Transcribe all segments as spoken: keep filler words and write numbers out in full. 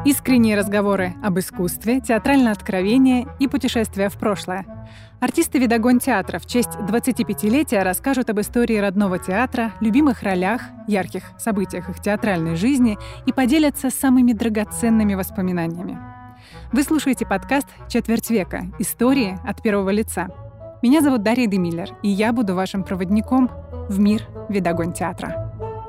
Искренние разговоры об искусстве, театральное откровение и путешествия в прошлое. Артисты «Видогонь театра» в честь двадцатипятилетия расскажут об истории родного театра, любимых ролях, ярких событиях их театральной жизни и поделятся самыми драгоценными воспоминаниями. Вы слушаете подкаст «Четверть века. Истории от первого лица». Меня зовут Дарья Демиллер, и я буду вашим проводником в мир «Видогонь театра».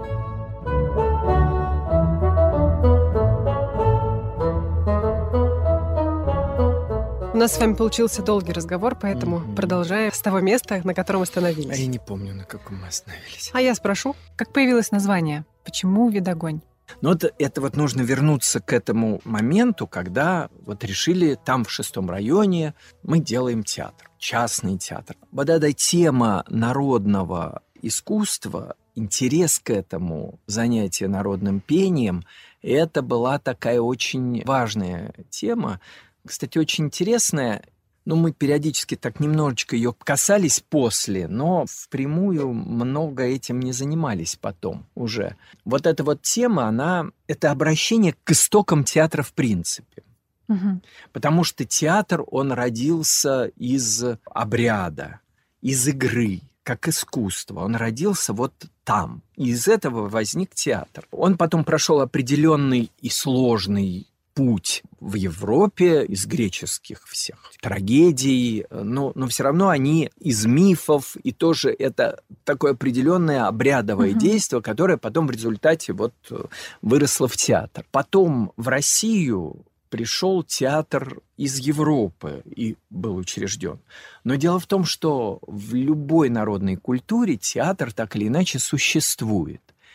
У нас с вами получился долгий разговор, поэтому mm-hmm. продолжаем с того места, на котором остановились. А я не помню, на каком мы остановились. А я спрошу, как появилось название? Почему «Видогонь»? Ну, это, это вот нужно вернуться к этому моменту, когда вот решили там, в шестом районе, мы делаем театр, частный театр. Вот эта тема народного искусства, интерес к этому, занятие народным пением, это была такая очень важная тема. Кстати, очень интересная, ну, мы периодически так немножечко ее касались после, но впрямую много этим не занимались потом уже. Вот эта вот тема, она, это обращение к истокам театра в принципе. Угу. Потому что театр, он родился из обряда, из игры, как искусство. Он родился вот там. И из этого возник театр. Он потом прошел определенный и сложный путь в Европе из греческих всех трагедий, но, но все равно они из мифов, и тоже это такое определенное обрядовое uh-huh. действие, которое потом в результате вот выросло в театр. Потом в Россию пришел театр из Европы и был учрежден. Но дело в том, что в любой народной культуре театр так или иначе существует.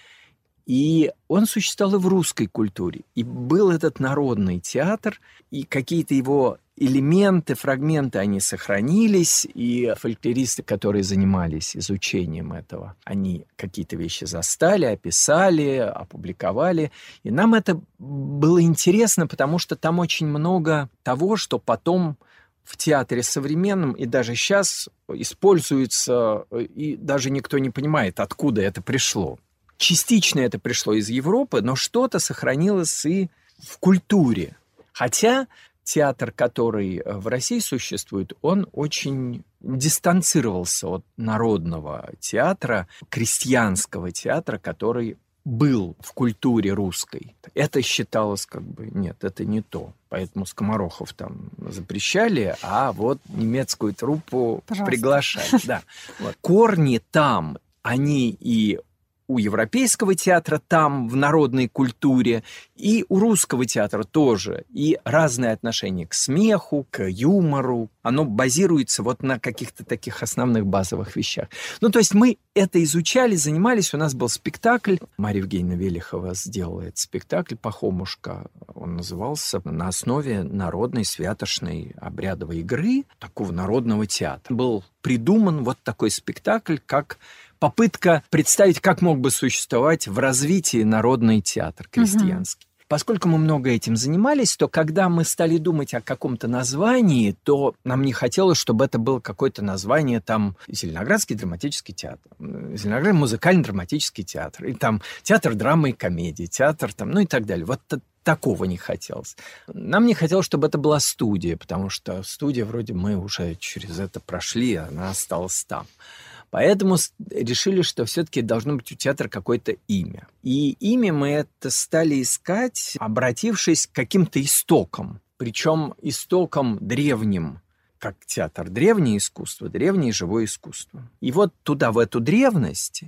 И он существовал и в русской культуре. И был этот народный театр, и какие-то его элементы, фрагменты, они сохранились, и фольклористы, которые занимались изучением этого, они какие-то вещи застали, описали, опубликовали. И нам это было интересно, потому что там очень много того, что потом в театре современном и даже сейчас используется, и даже никто не понимает, откуда это пришло. Частично это пришло из Европы, но что-то сохранилось и в культуре. Хотя театр, который в России существует, он очень дистанцировался от народного театра, крестьянского театра, который был в культуре русской. Это считалось как бы, нет, это не то. Поэтому скоморохов там запрещали, а вот немецкую труппу Пожалуйста. Приглашали. Да. Вот. Корни там, они и у европейского театра там, в народной культуре, и у русского театра тоже. И разное отношение к смеху, к юмору. Оно базируется вот на каких-то таких основных базовых вещах. Ну, то есть мы это изучали, занимались. У нас был спектакль. Марья Евгеньевна Велихова сделала этот спектакль «Пахомушка». Он назывался на основе народной святошной обрядовой игры, такого народного театра. Был придуман вот такой спектакль, как попытка представить, как мог бы существовать в развитии народный театр крестьянский. Угу. Поскольку мы много этим занимались, то когда мы стали думать о каком-то названии, то нам не хотелось, чтобы это было какое-то название, там, Зеленоградский драматический театр, Зеленоградский музыкально-драматический театр, и там театр драмы и комедии, театр там, ну и так далее. Вот такого не хотелось. Нам не хотелось, чтобы это была студия, потому что студия вроде мы уже через это прошли, она осталась там. Поэтому решили, что все-таки должно быть у театра какое-то имя. И имя мы это стали искать, обратившись к каким-то истокам. Причем истокам древним, как театр. Древнее искусство, древнее живое искусство. И вот туда, в эту древность,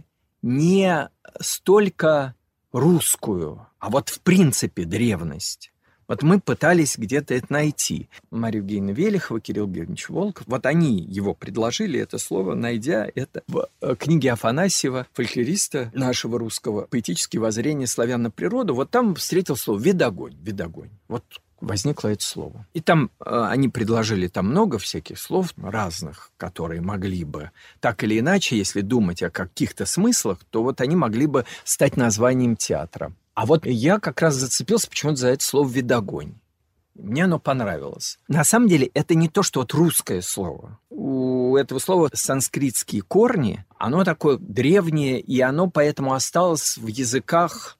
не столько русскую, а вот в принципе древность. Вот мы пытались где-то это найти. Марья Евгеньевна Велихова, Кирилл Георгиевич Волков, вот они его предложили, это слово, найдя это в книге Афанасьева, фольклориста нашего русского, «Поэтические воззрения славян на природу». Вот там встретил слово «видогонь», «видогонь». Вот возникло это слово. И там э, они предложили там много всяких слов разных, которые могли бы, так или иначе, если думать о каких-то смыслах, то вот они могли бы стать названием театра. А вот я как раз зацепился почему-то за это слово «видогонь». Мне оно понравилось. На самом деле это не то, что вот русское слово. У этого слова санскритские корни, оно такое древнее, и оно поэтому осталось в языках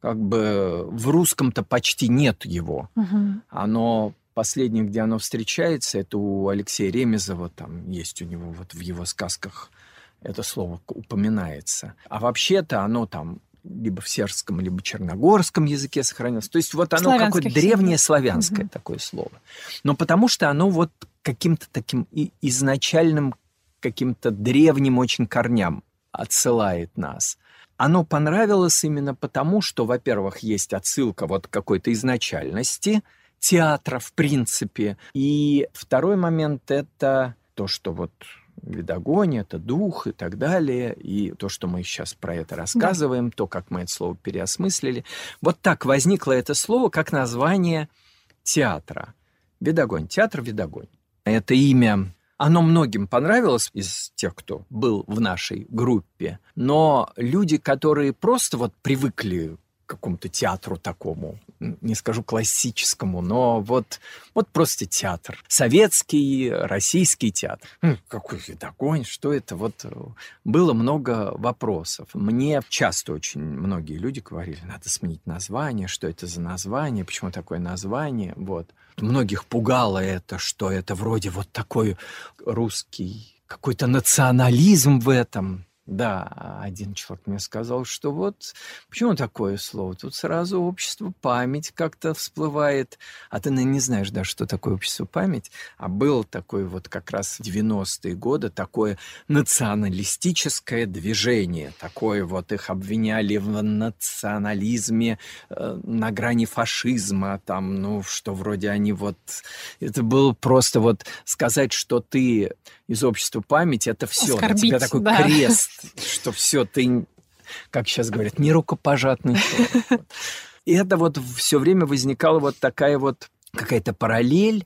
как бы в русском-то почти нет его. Угу. Оно последнее, где оно встречается, это у Алексея Ремезова, там есть у него вот в его сказках это слово упоминается. А вообще-то оно там либо в сербском, либо черногорском языке сохранилось. То есть вот оно какое-то древнее славянское угу. такое слово. Но потому что оно вот каким-то таким изначальным, каким-то древним очень корням отсылает нас. Оно понравилось именно потому, что, во-первых, есть отсылка вот к какой-то изначальности театра, в принципе. И второй момент – это то, что вот видогонь – это дух и так далее. И то, что мы сейчас про это рассказываем, да. то, как мы это слово переосмыслили. Вот так возникло это слово как название театра. Видогонь. Театр «Видогонь». Это имя, оно многим понравилось из тех, кто был в нашей группе. Но люди, которые просто вот привыкли к какому-то театру такому, не скажу классическому, но вот, вот просто театр. Советский, российский театр. Какой видогонь, что это? Вот было много вопросов. Мне часто очень многие люди говорили, надо сменить название, что это за название, почему такое название. Вот. Многих пугало это, что это вроде вот такой русский, какой-то национализм в этом. Да, один человек мне сказал, что вот почему такое слово? Тут сразу общество память как-то всплывает. А ты, наверное, не знаешь, да, что такое общество память. А был такой вот как раз в девяностые годы такое националистическое движение. Такое вот их обвиняли в национализме э, на грани фашизма. Там, ну, что вроде они вот... Это было просто вот сказать, что ты из общества памяти, это все. На тебя такой да. крест. Что все, ты, как сейчас говорят, не рукопожатный человек. И это вот все время возникала вот такая вот какая-то параллель,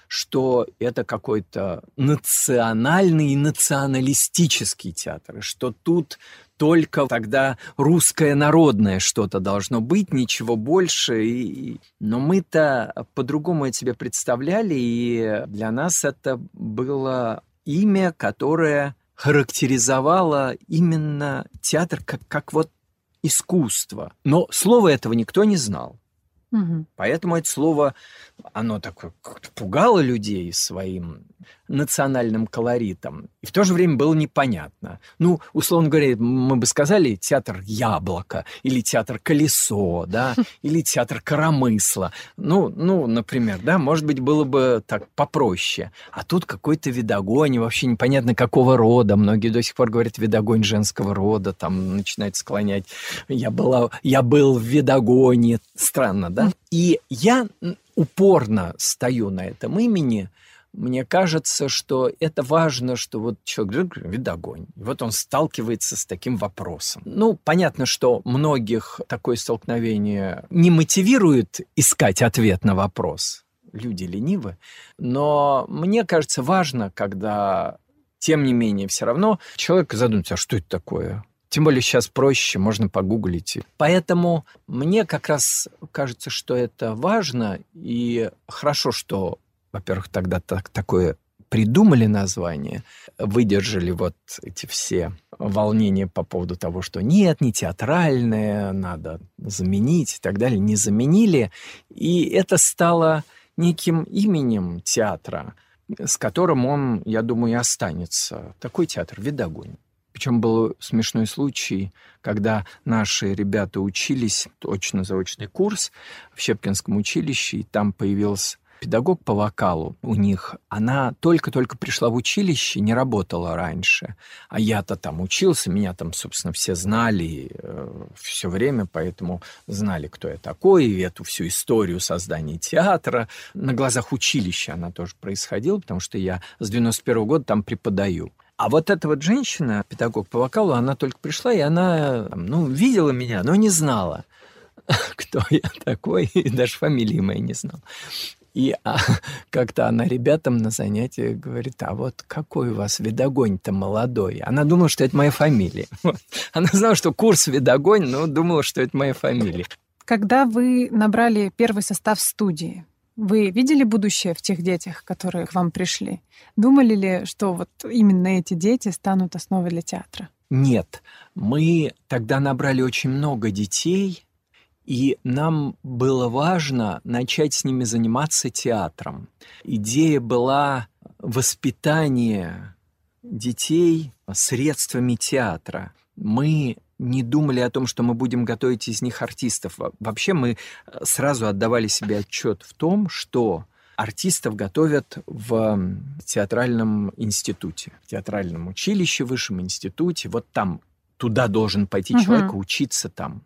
что это какой-то национальный и националистический театр, что тут только тогда русское народное что-то должно быть, ничего больше. И... Но мы-то по-другому это себе представляли, и для нас это было имя, которое характеризовало именно театр как, как вот искусство. Но слова этого никто не знал. Угу. Поэтому это слово, оно такое как-то пугало людей своим национальным колоритом. И в то же время было непонятно. Ну, условно говоря, мы бы сказали театр «Яблоко» или театр «Колесо», да, или театр «Коромысла». Ну, ну, например, да, может быть, было бы так попроще. А тут какой-то видогонь, вообще непонятно какого рода. Многие до сих пор говорят видогонь женского рода, там начинают склонять. Я, была, я был в видогоне. Странно, да? И я упорно стою на этом имени. Мне кажется, что это важно, что вот человек говорит видогонь. И вот он сталкивается с таким вопросом. Ну, понятно, что многих такое столкновение не мотивирует искать ответ на вопрос. Люди ленивы. Но мне кажется, важно, когда, тем не менее, все равно человек задумается, а что это такое? Тем более сейчас проще, можно погуглить. Поэтому мне как раз кажется, что это важно. И хорошо, что, во-первых, тогда так, такое придумали название, выдержали вот эти все волнения по поводу того, что нет, не театральное, надо заменить и так далее. Не заменили. И это стало неким именем театра, с которым он, я думаю, и останется. Такой театр «Видогонь». Причем был смешной случай, когда наши ребята учились, очно-заочный курс в Щепкинском училище, и там появился педагог по вокалу у них. Она только-только пришла в училище, не работала раньше. А я-то там учился, меня там, собственно, все знали э, все время, поэтому знали, кто я такой, и эту всю историю создания театра. На глазах училища она тоже происходила, потому что я с девяносто первого года там преподаю. А вот эта вот женщина, педагог по вокалу, она только пришла, и она, ну, видела меня, но не знала, кто я такой, и даже фамилии моей не знала. И а, как-то она ребятам на занятиях говорит, а вот какой у вас видогонь-то молодой? Она думала, что это моя фамилия. Вот. Она знала, что курс видогонь, но думала, что это моя фамилия. Когда вы набрали первый состав студии, вы видели будущее в тех детях, которые к вам пришли? Думали ли, что вот именно эти дети станут основой для театра? Нет. Мы тогда набрали очень много детей, И нам было важно начать с ними заниматься театром. Идея была воспитание детей средствами театра. Мы не думали о том, что мы будем готовить из них артистов. Вообще мы сразу отдавали себе отчет в том, что артистов готовят в театральном институте, в театральном училище, высшем институте. Вот там, туда должен пойти угу. человек и учиться там.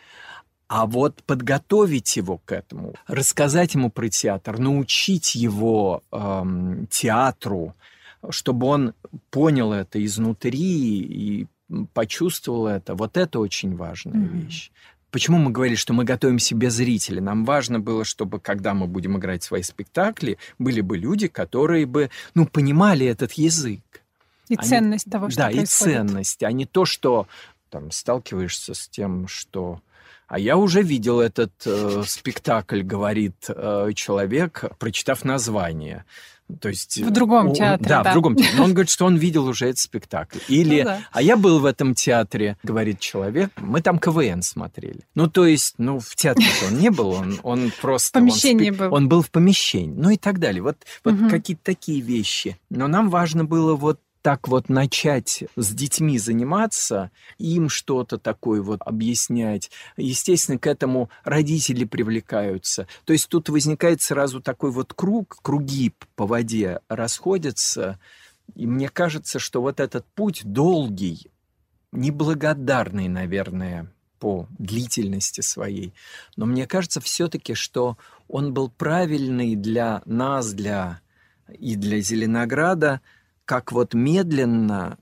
А вот подготовить его к этому, рассказать ему про театр, научить его эм, театру, чтобы он понял это изнутри и почувствовал это, вот это очень важная mm-hmm. вещь. Почему мы говорили, что мы готовим себе зрителей? Нам важно было, чтобы, когда мы будем играть свои спектакли, были бы люди, которые бы, ну, понимали этот язык. И Они, ценность того, что да, происходит. Да, и ценность, а не то, что там сталкиваешься с тем, что... А я уже видел этот э, спектакль, говорит э, человек, прочитав название. То есть, в другом он, театре, да, да. в другом театре. Но он говорит, что он видел уже этот спектакль. Или, ну, да. а я был в этом театре, говорит человек, мы там КВН смотрели. Ну, то есть, ну, в театре он не был, он, он просто... В помещении он, был. Он был в помещении, ну и так далее. Вот, вот угу. какие-то такие вещи. Но нам важно было вот так вот начать с детьми заниматься, им что-то такое вот объяснять. Естественно, к этому родители привлекаются. То есть тут возникает сразу такой вот круг, круги по воде расходятся. И мне кажется, что вот этот путь долгий, неблагодарный, наверное, по длительности своей. Но мне кажется все-таки, что он был правильный для нас, для и для Зеленограда, как вот медленно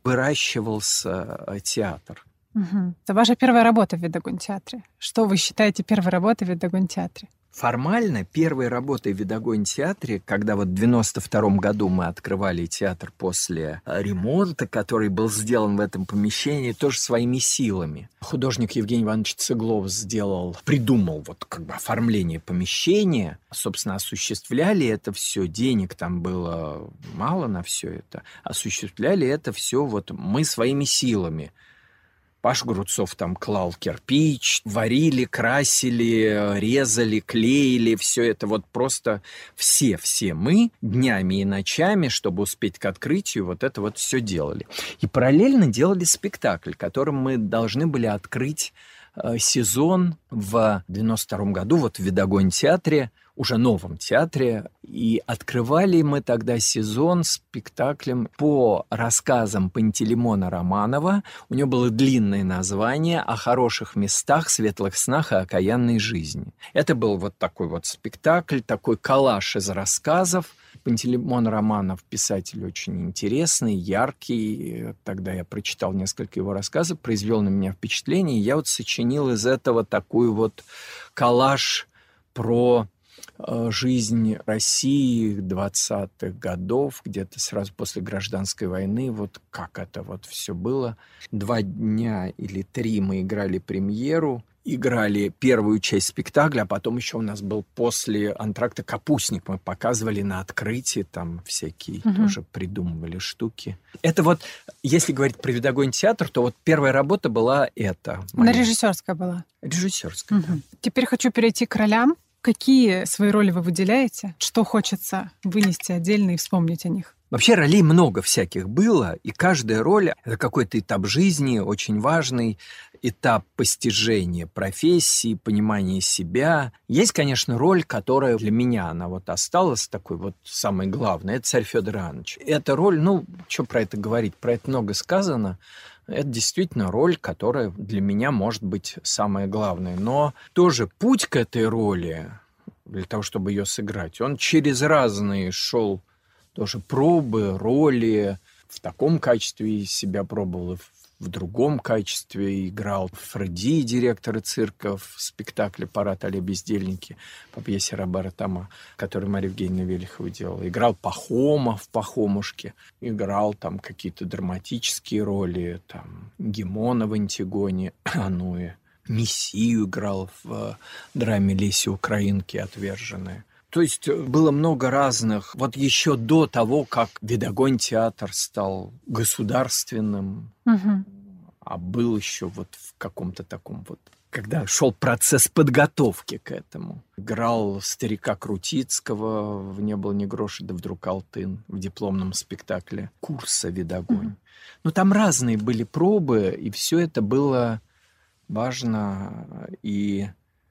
выращивался театр. Угу. Это ваша первая работа в Видогон-театре. Что вы считаете первой работой в Видогон-театре? Формально первой работой в Видогон-театре, когда вот в девяносто втором году мы открывали театр после ремонта, который был сделан в этом помещении, тоже своими силами. Художник Евгений Иванович Цыглов сделал, придумал вот как бы оформление помещения, собственно, осуществляли это все, денег там было мало на все это, осуществляли это все вот мы своими силами. Паш Грудцов там клал кирпич, варили, красили, резали, клеили. Все это вот просто все, все мы днями и ночами, чтобы успеть к открытию, вот это вот все делали. И параллельно делали спектакль, которым мы должны были открыть э, сезон в девяносто втором году вот в Видогон-театре, уже новом театре. И открывали мы тогда сезон спектаклем по рассказам Пантелеймона Романова. У него было длинное название «О хороших местах, светлых снах и окаянной жизни». Это был вот такой вот спектакль, такой коллаж из рассказов. Пантелеймон Романов писатель очень интересный, яркий. Тогда я прочитал несколько его рассказов, произвел на меня впечатление. И я вот сочинил из этого такой вот коллаж про жизнь России двадцатых годов, где-то сразу после гражданской войны, вот как это вот все было. Два дня или три мы играли премьеру, играли первую часть спектакля, а потом еще у нас был после антракта «Капустник». Мы показывали на открытии, там всякие угу. тоже придумывали штуки. Это вот, если говорить про Видогон-театр, то вот первая работа была эта. Она режиссерская была? Режиссерская, угу. да. Теперь хочу перейти к ролям. Какие свои роли вы выделяете? Что хочется вынести отдельно и вспомнить о них? Вообще ролей много всяких было, и каждая роль — это какой-то этап жизни, очень важный этап постижения профессии, понимания себя. Есть, конечно, роль, которая для меня, она вот осталась такой вот самой главной, это царь Фёдор Иванович. Эта роль, ну, что про это говорить, про это много сказано. Это действительно роль, которая для меня может быть самая главная. Но тоже путь к этой роли, для того, чтобы ее сыграть, он через разные шел тоже пробы, роли. В таком качестве себя пробовал, и в другом качестве играл Фредди, директора цирка, в спектакле «Парад а-ля бездельники» по пьесе Робера Тома, который Мария Евгеньевна Велихова делала. Играл Пахома в «Пахомушке», играл там какие-то драматические роли, там Гимона в «Антигоне», Ануэ, Мессию играл в драме Леси Украинки «Отверженная». То есть было много разных. Вот еще до того, как Видогон-театр стал государственным, угу. а был еще вот в каком-то таком вот, когда шел процесс подготовки к этому. Играл старика Крутицкого в «Не было ни гроша, да вдруг Алтын» в дипломном спектакле курса «Видогонь». Mm-hmm. Ну, там разные были пробы, и все это было важно и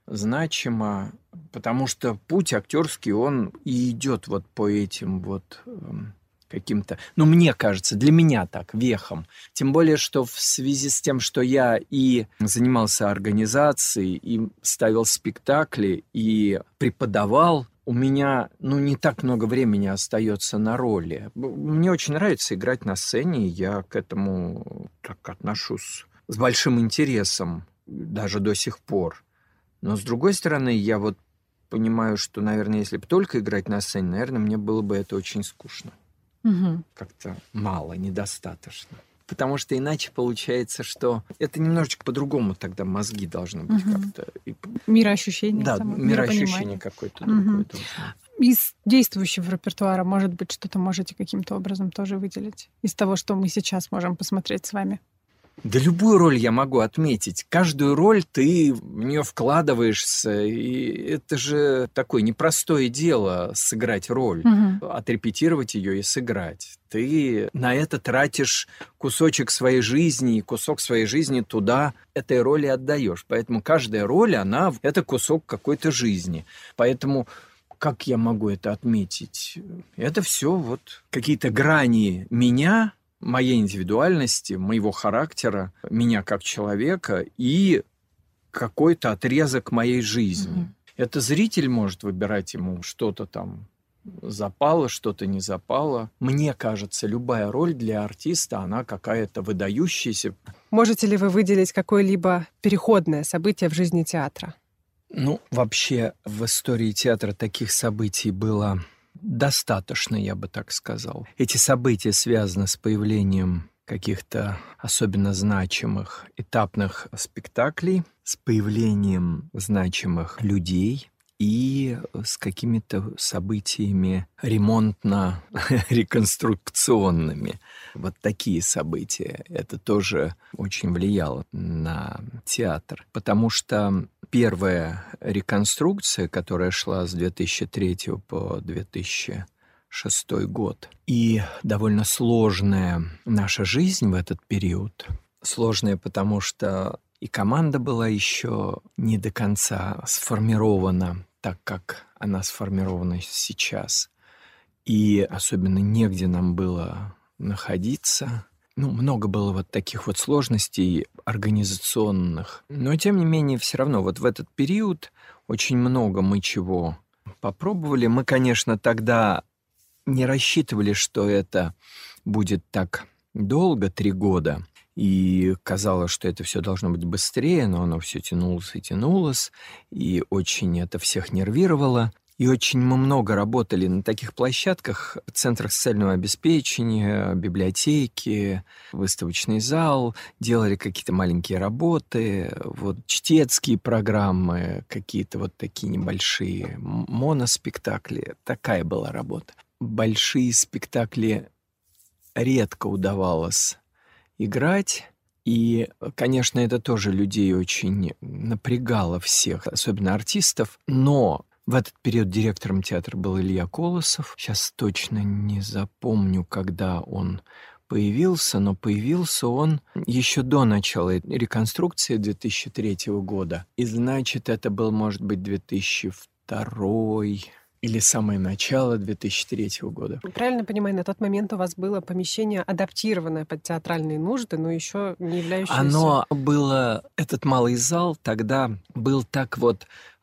значимо, потому что путь актерский, он и идет вот по этим вот каким-то, ну, мне кажется, для меня так, вехом. Тем более, что в связи с тем, что я и занимался организацией, и ставил спектакли, и преподавал, у меня, ну, не так много времени остается на роли. Мне очень нравится играть на сцене, я к этому так отношусь с большим интересом, даже до сих пор. Но, с другой стороны, я вот понимаю, что, наверное, если бы только играть на сцене, наверное, мне было бы это очень скучно. Угу. Как-то мало, недостаточно. Потому что иначе получается, что это немножечко по-другому тогда мозги должны быть угу. как-то. Мироощущение. Да, само, мироощущение какое-то угу. другое должно. Из действующего репертуара, может быть, что-то можете каким-то образом тоже выделить? Из того, что мы сейчас можем посмотреть с вами? Да любую роль я могу отметить. Каждую роль ты в нее вкладываешься. И это же такое непростое дело сыграть роль, угу. отрепетировать ее и сыграть. Ты на это тратишь кусочек своей жизни, и кусок своей жизни туда этой роли отдаешь. Поэтому каждая роль, она — это кусок какой-то жизни. Поэтому как я могу это отметить? Это все вот какие-то грани меня, моей индивидуальности, моего характера, меня как человека и какой-то отрезок моей жизни. Mm-hmm. Это зритель может выбирать, ему что-то там запало, что-то не запало. Мне кажется, любая роль для артиста, она какая-то выдающаяся. Можете ли вы выделить какое-либо переходное событие в жизни театра? Ну, вообще, в истории театра таких событий было достаточно, я бы так сказал. Эти события связаны с появлением каких-то особенно значимых этапных спектаклей, с появлением значимых людей и с какими-то событиями ремонтно-реконструкционными. Вот такие события. Это тоже очень влияло на театр. Потому что первая реконструкция, которая шла с две тысячи третьего по две тысячи шестой год, и довольно сложная наша жизнь в этот период. Сложная, потому что и команда была еще не до конца сформирована так, как она сформирована сейчас. И особенно негде нам было находиться. Ну, много было вот таких вот сложностей организационных. Но, тем не менее, все равно вот в этот период очень много мы чего попробовали. Мы, конечно, тогда не рассчитывали, что это будет так долго, три года. И казалось, что это все должно быть быстрее, но оно все тянулось и тянулось. И очень это всех нервировало. И очень мы много работали на таких площадках, центрах социального обеспечения, библиотеки, выставочный зал, делали какие-то маленькие работы, вот чтецкие программы, какие-то вот такие небольшие моноспектакли. Такая была работа. Большие спектакли редко удавалось играть. И, конечно, это тоже людей очень напрягало всех, особенно артистов. Но в этот период директором театра был Илья Колосов. Сейчас точно не запомню, когда он появился, но появился он еще до начала реконструкции две тысячи третьего года. И, значит, это был, может быть, две тысячи второй или самое начало две тысячи третьего года. Правильно понимаю, на тот момент у вас было помещение, адаптированное под театральные нужды, но еще не являющееся... Оно было... Этот малый зал тогда был так вот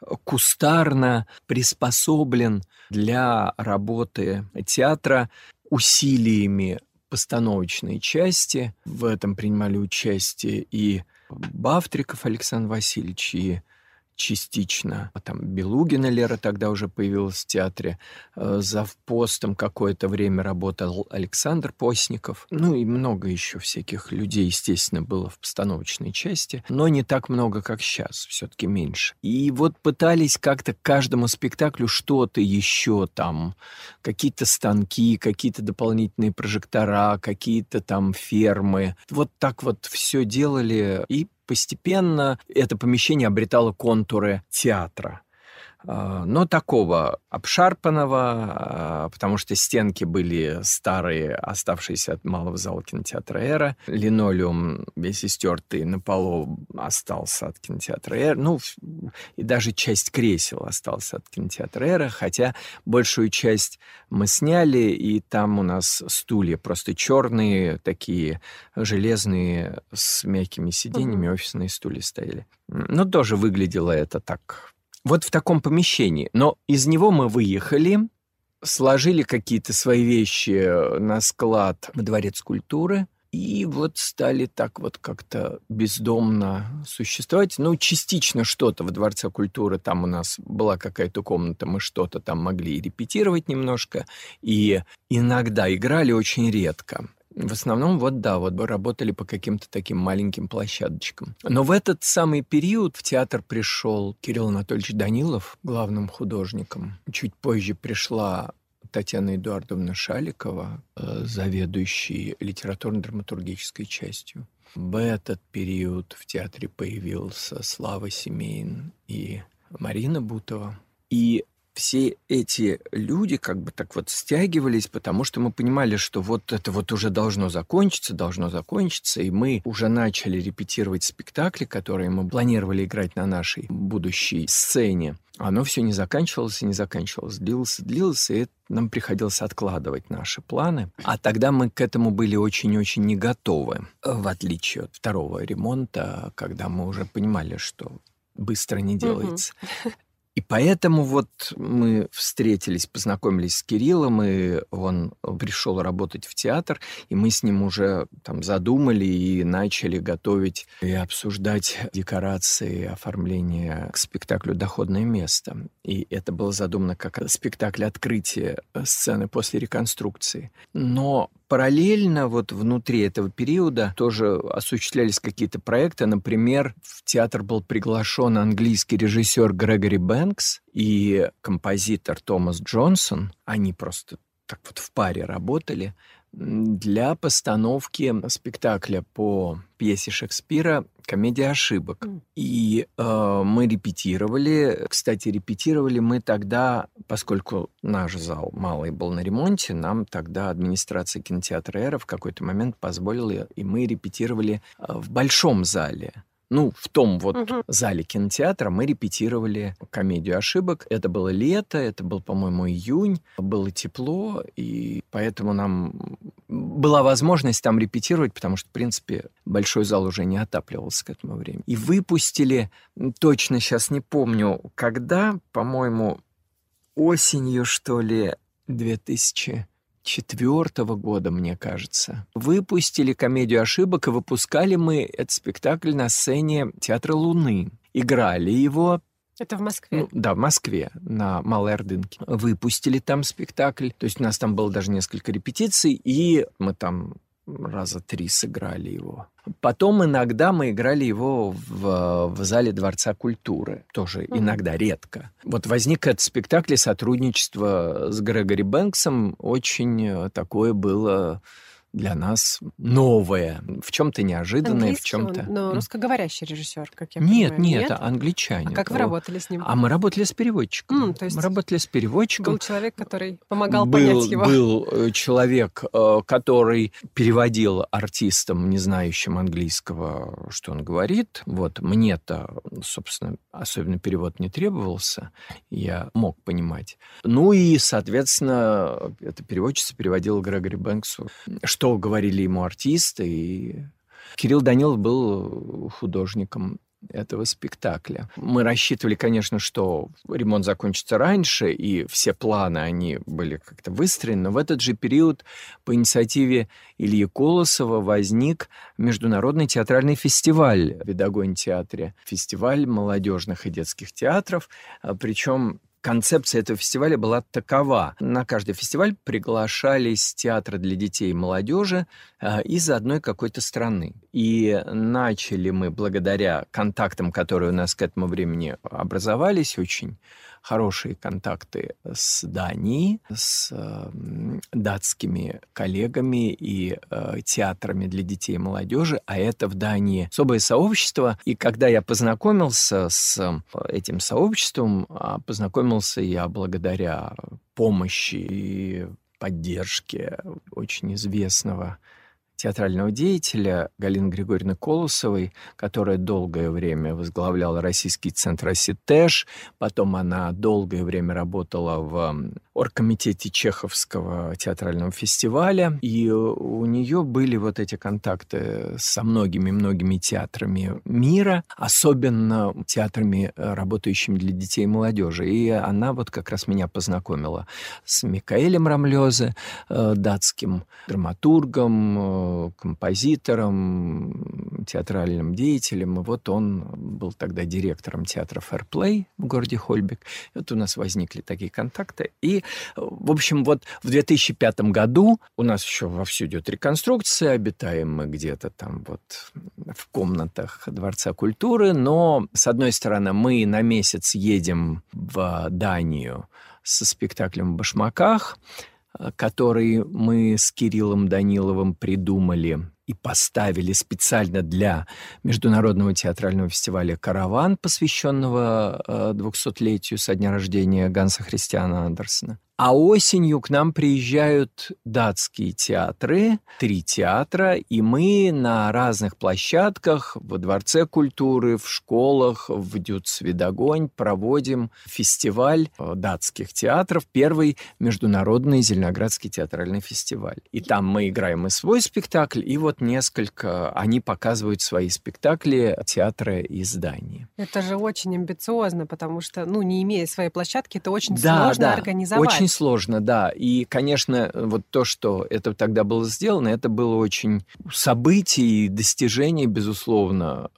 кустарно приспособлен для работы театра усилиями постановочной части. В этом принимали участие и Бавтриков Александр Васильевич, и частично. Там Белугина Лера тогда уже появилась в театре. Завпостом какое-то время работал Александр Постников. Ну и много еще всяких людей, естественно, было в постановочной части. Но не так много, как сейчас. Все-таки меньше. И вот пытались как-то к каждому спектаклю что-то еще там. Какие-то станки, какие-то дополнительные прожектора, какие-то там фермы. Вот так вот все делали. И постепенно это помещение обретало контуры театра. Но такого обшарпанного, потому что стенки были старые, оставшиеся от малого зала кинотеатра «Эра». Линолеум весь истертый на полу остался от кинотеатра «Эра». Ну, и даже часть кресел осталась от кинотеатра «Эра», хотя большую часть мы сняли, и там у нас стулья просто черные, такие железные, с мягкими сиденьями, офисные стулья стояли. Но тоже выглядело это так... Вот в таком помещении. Но из него мы выехали, сложили какие-то свои вещи на склад в Дворец культуры и вот стали так вот как-то бездомно существовать. Ну, частично что-то в Дворце культуры. Там у нас была какая-то комната, мы что-то там могли репетировать немножко. И иногда играли очень редко. В основном, вот да, вот работали по каким-то таким маленьким площадочкам. Но в этот самый период в театр пришел Кирилл Анатольевич Данилов главным художником. Чуть позже пришла Татьяна Эдуардовна Шаликова, заведующей литературно-драматургической частью. В этот период в театре появился Слава Семейн и Марина Бутова. И все эти люди как бы так вот стягивались, потому что мы понимали, что вот это вот уже должно закончиться, должно закончиться, и мы уже начали репетировать спектакли, которые мы планировали играть на нашей будущей сцене. Оно все не заканчивалось и не заканчивалось, длилось, длилось, и нам приходилось откладывать наши планы. А тогда мы к этому были очень-очень не готовы, в отличие от второго ремонта, когда мы уже понимали, что быстро не делается. Угу. И поэтому вот мы встретились, познакомились с Кириллом, и он пришел работать в театр, и мы с ним уже там задумали и начали готовить и обсуждать декорации, оформление к спектаклю «Доходное место». И это было задумано как спектакль открытия сцены после реконструкции. Но параллельно вот внутри этого периода тоже осуществлялись какие-то проекты. Например, в театр был приглашен английский режиссер Грегори Бэнкс и композитор Томас Джонсон. Они просто так вот в паре работали для постановки спектакля по пьесе Шекспира «Комедия ошибок». Mm. И э, мы репетировали. Кстати, репетировали мы тогда, поскольку наш зал малый был на ремонте, нам тогда администрация кинотеатра «Эра» в какой-то момент позволила, и мы репетировали э, в большом зале. Ну, в том вот uh-huh. зале кинотеатра мы репетировали «Комедию ошибок». Это было лето, это был, по-моему, июнь. Было тепло, и поэтому нам была возможность там репетировать, потому что, в принципе, большой зал уже не отапливался к этому времени. И выпустили, точно сейчас не помню, когда, по-моему, осенью, что ли, две тысячи четвёртого года, мне кажется, выпустили «Комедию ошибок», и выпускали мы этот спектакль на сцене Театра Луны. Играли его... Это в Москве? Ну, да, в Москве, на Малой Ордынке. Выпустили там спектакль. То есть у нас там было даже несколько репетиций, и мы там раза три сыграли его. Потом иногда мы играли его в, в зале Дворца культуры. Тоже mm-hmm. иногда, редко. Вот возник этот спектакль, и сотрудничество с Грегори Бэнксом очень такое было для нас новое, в чем-то неожиданное, Английский в чем-то... Он, но русскоговорящий режиссер, как я нет, понимаю. Нет, нет, англичанин. А как вы работали с ним? А мы работали с переводчиком. Mm, то есть мы работали с переводчиком. Был человек, который помогал был, понять его. Был человек, который переводил артистам, не знающим английского, что он говорит. Вот мне-то, собственно, особенно перевод не требовался. Я мог понимать. Ну и, соответственно, эта переводчица переводила Грегори Бэнксу, что говорили ему артисты. И Кирилл Данилов был художником. этого спектакля. Мы рассчитывали, конечно, что ремонт закончится раньше, и все планы, они были как-то выстроены, но в этот же период по инициативе Ильи Колосова возник международный театральный фестиваль в Видогон-театре. Фестиваль молодежных и детских театров, причем концепция этого фестиваля была такова. На каждый фестиваль приглашались театры для детей и молодежи э, из одной какой-то страны. И начали мы, благодаря контактам, которые у нас к этому времени образовались, очень хорошие контакты с Данией, с э, датскими коллегами и э, театрами для детей и молодежи, а это в Дании особое сообщество. И когда я познакомился с этим сообществом, познакомился я благодаря помощи и поддержке очень известного театрального деятеля Галины Григорьевны Колосовой, которая долгое время возглавляла Российский центр «Оситэш», потом она долгое время работала в оргкомитете Чеховского театрального фестиваля, и у нее были вот эти контакты со многими-многими театрами мира, особенно театрами, работающими для детей и молодежи. И она вот как раз меня познакомила с Микаэлем Рамлёзе, датским драматургом, композитором, театральным деятелем. И вот он был тогда директором театра «Фэрплей» в городе Хольбек. И вот у нас возникли такие контакты. И, в общем, вот в две тысячи пятом году у нас еще вовсю идет реконструкция, обитаем мы где-то там вот в комнатах Дворца культуры, но, с одной стороны, мы на месяц едем в Данию со спектаклем в «Башмаках», который мы с Кириллом Даниловым придумали и поставили специально для Международного театрального фестиваля «Караван», посвященного двухсотлетию со дня рождения Ганса Христиана Андерсена. А осенью к нам приезжают датские театры, три театра, и мы на разных площадках, во Дворце культуры, в школах, в Дюцвидогонь проводим фестиваль датских театров, первый международный Зеленоградский театральный фестиваль. И там мы играем и свой спектакль, и вот несколько, они показывают свои спектакли, театры из Дании. Это же очень амбициозно, потому что, ну, не имея своей площадки, это очень да, сложно да, организовать. Очень сложно, да. И, конечно, вот то, что это тогда было сделано, это было очень событие и достижение, безусловно,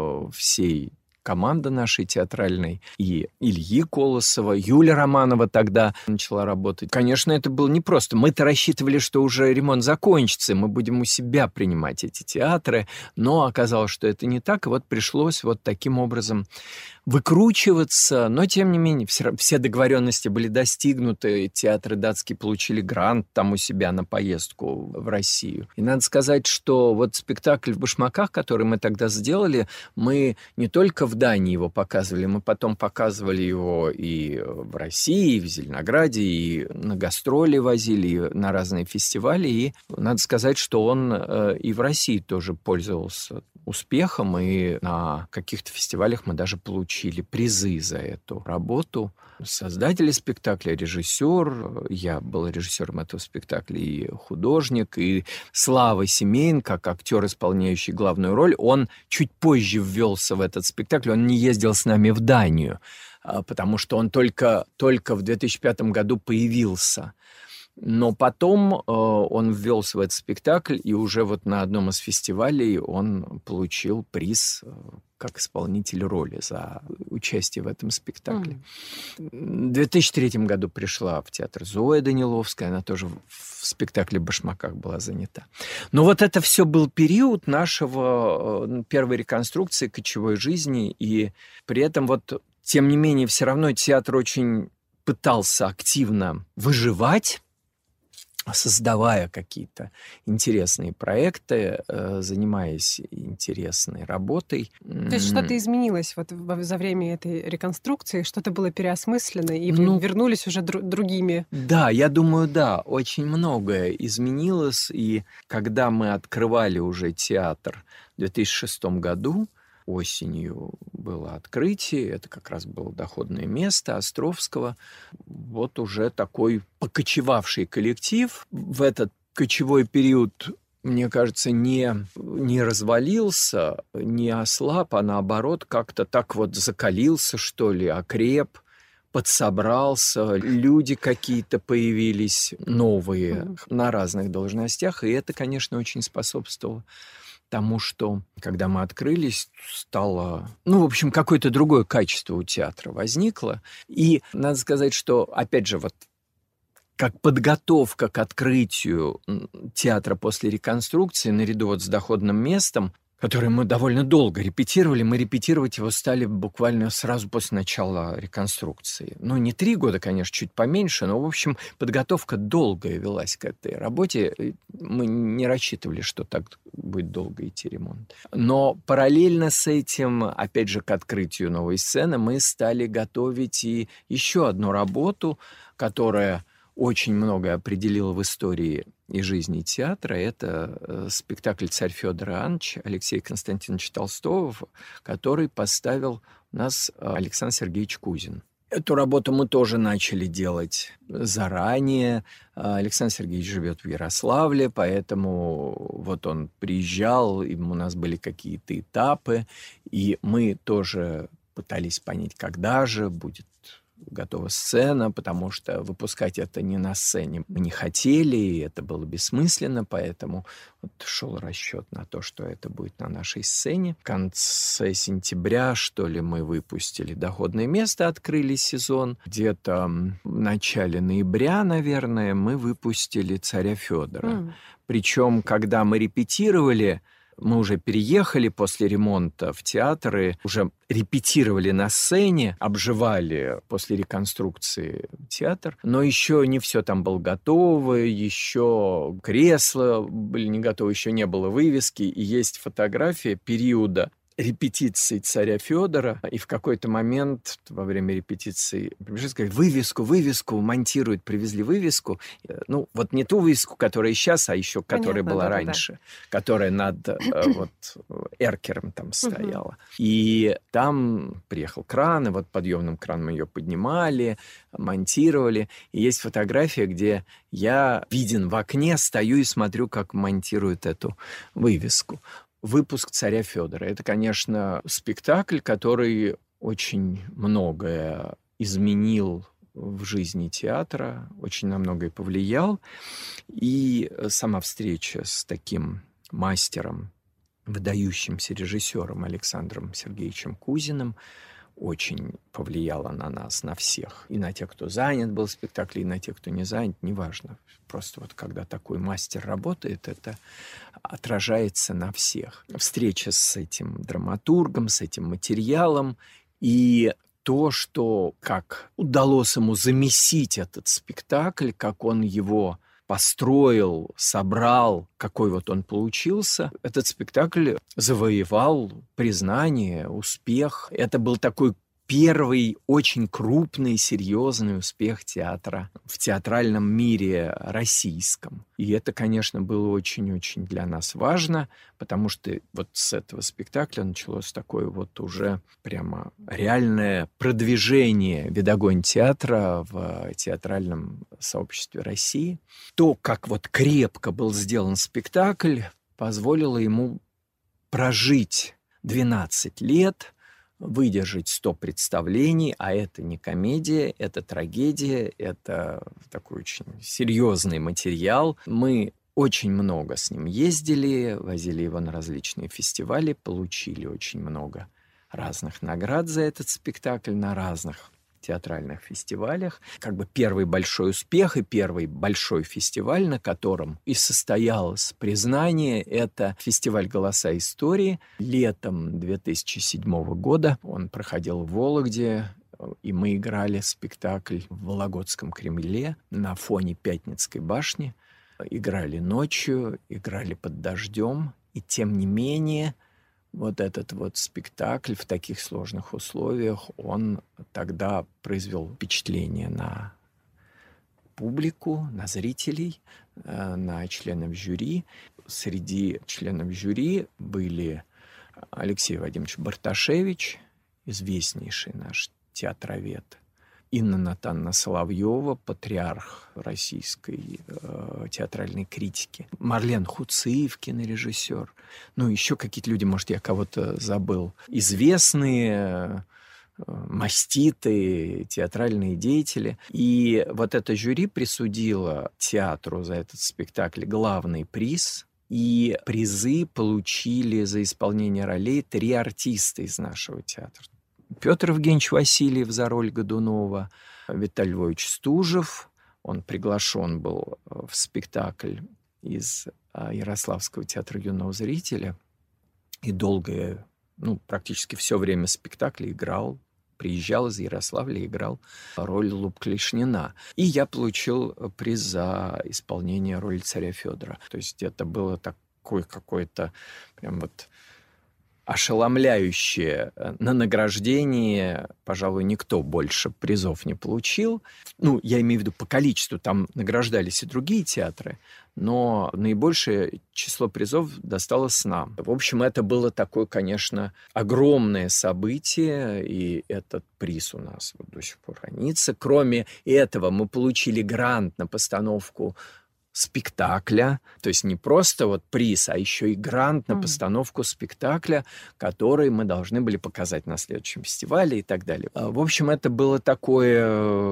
всей команды нашей театральной, и Ильи Колосова, Юля Романова тогда начала работать. Конечно, это было непросто. Мы-то рассчитывали, что уже ремонт закончится, мы будем у себя принимать эти театры, но оказалось, что это не так, и вот пришлось вот таким образом выкручиваться, но, тем не менее, все, все договоренности были достигнуты, театры датские получили грант там у себя на поездку в Россию. И надо сказать, что вот спектакль в «Башмаках», который мы тогда сделали, мы не только в Дании его показывали, мы потом показывали его и в России, и в Зеленограде, и на гастроли возили, и на разные фестивали, и надо сказать, что он и в России тоже пользовался успехом, и на каких-то фестивалях мы даже получили призы за эту работу. Создатели спектакля, режиссер, я был режиссером этого спектакля, и художник, и Слава Семейн, как актер, исполняющий главную роль, он чуть позже ввелся в этот спектакль, он не ездил с нами в Данию, потому что он только, только в две тысячи пятом году появился. Но потом э, он ввелся в этот спектакль, и уже вот на одном из фестивалей он получил приз э, как исполнитель роли за участие в этом спектакле. Mm. В две тысячи третьем году пришла в театр Зоя Даниловская, она тоже в спектакле в «Башмаках» была занята. Но вот это все был период нашего э, первой реконструкции кочевой жизни, и при этом вот, тем не менее, все равно театр очень пытался активно выживать, создавая какие-то интересные проекты, занимаясь интересной работой. То есть что-то изменилось вот за время этой реконструкции, что-то было переосмыслено, и вы ну, вернулись уже дру- другими? Да, я думаю, да, очень многое изменилось, и когда мы открывали уже театр в две тысячи шестом году, осенью было открытие, это как раз было доходное место Островского. Вот уже такой покочевавший коллектив. В этот кочевой период мне кажется, не, не развалился, не ослаб, а наоборот как-то так вот закалился, что ли, окреп, подсобрался, люди какие-то появились новые mm-hmm. на разных должностях, и это, конечно, очень способствовало тому, что, когда мы открылись, стало... Ну, в общем, какое-то другое качество у театра возникло. И надо сказать, что, опять же, вот как подготовка к открытию театра после реконструкции, наряду вот с доходным местом, которое мы довольно долго репетировали, мы репетировать его стали буквально сразу после начала реконструкции. Ну, не три года, конечно, чуть поменьше, но, в общем, подготовка долгая велась к этой работе. Мы не рассчитывали, что так будет долго идти ремонт. Но параллельно с этим, опять же, к открытию новой сцены, мы стали готовить и еще одну работу, которая очень многое определила в истории и жизни театра. Это спектакль «Царь Фёдор Иоаннович» Алексея Константиновича Толстого, который поставил у нас Александр Сергеевич Кузин. Эту работу мы тоже начали делать заранее. Александр Сергеевич живет в Ярославле, поэтому вот он приезжал, и у нас были какие-то этапы, и мы тоже пытались понять, когда же будет готова сцена, потому что выпускать это не на сцене мы не хотели, и это было бессмысленно, поэтому вот шел расчет на то, что это будет на нашей сцене. В конце сентября, что ли, мы выпустили «Доходное место», открыли сезон. Где-то в начале ноября, наверное, мы выпустили «Царя Фёдора». Mm. Причем, когда мы репетировали, мы уже переехали после ремонта в театры, уже репетировали на сцене, обживали после реконструкции театр, но еще не все там было готово, еще кресла были не готовы, еще не было вывески, и есть фотография периода репетиции «Царя Фёдора», и в какой-то момент во время репетиции пришли сказать: вывеску, вывеску монтируют, привезли вывеску. Ну, вот не ту вывеску, которая сейчас, а еще которая Понятно, была да, раньше, да. которая над вот эркером там стояла. Угу. И там приехал кран, и вот подъемным краном ее поднимали, монтировали. И есть фотография, где я виден в окне, стою и смотрю, как монтируют эту вывеску. Выпуск «Царя Фёдора». Это, конечно, спектакль, который очень многое изменил в жизни театра, очень на многое повлиял. И сама встреча с таким мастером, выдающимся режиссером Александром Сергеевичем Кузиным очень повлияла на нас, на всех. И на тех, кто занят был в спектакле, и на тех, кто не занят, неважно. Просто вот когда такой мастер работает, это отражается на всех. Встреча с этим драматургом, с этим материалом, и то, что как удалось ему замесить этот спектакль, как он его построил, собрал, какой вот он получился. Этот спектакль завоевал признание, успех. Это был такой первый очень крупный, серьезный успех театра в театральном мире российском. И это, конечно, было очень-очень для нас важно, потому что вот с этого спектакля началось такое вот уже прямо реальное продвижение Видогонь-театра в театральном сообществе России. То, как вот крепко был сделан спектакль, позволило ему прожить двенадцать лет, выдержать сто представлений, а это не комедия, это трагедия, это такой очень серьезный материал. Мы очень много с ним ездили, возили его на различные фестивали, получили очень много разных наград за этот спектакль на разных театральных фестивалях. Как бы первый большой успех и первый большой фестиваль, на котором и состоялось признание, это фестиваль «Голоса истории». Летом две тысячи седьмого года он проходил в Вологде, и мы играли спектакль в Вологодском Кремле на фоне Пятницкой башни. Играли ночью, играли под дождем, и тем не менее вот этот вот спектакль в таких сложных условиях, он тогда произвел впечатление на публику, на зрителей, на членов жюри. Среди членов жюри были Алексей Вадимович Барташевич, известнейший наш театровед, Инна Натановна Соловьева, патриарх российской э, театральной критики. Марлен Хуцивкин, режиссер. Ну, еще какие-то люди, может, я кого-то забыл. Известные, э, маститые театральные деятели. И вот это жюри присудило театру за этот спектакль главный приз. И призы получили за исполнение ролей три артиста из нашего театра. Петр Евгеньевич Васильев за роль Годунова, Виталий Львович Стужев, он приглашен был в спектакль из Ярославского театра юного зрителя и долгое, ну, практически все время спектакля играл, приезжал из Ярославля, играл роль Луб-Клешнина. И я получил приз за исполнение роли царя Федора. То есть это было такое какое-то прям вот ошеломляющее. На награждении, пожалуй, никто больше призов не получил. Ну, я имею в виду по количеству. Там награждались и другие театры, но наибольшее число призов досталось нам. В общем, это было такое, конечно, огромное событие, и этот приз у нас вот до сих пор хранится. Кроме этого, мы получили грант на постановку спектакля, то есть не просто вот приз, а еще и грант на постановку спектакля, который мы должны были показать на следующем фестивале и так далее. В общем, это было такое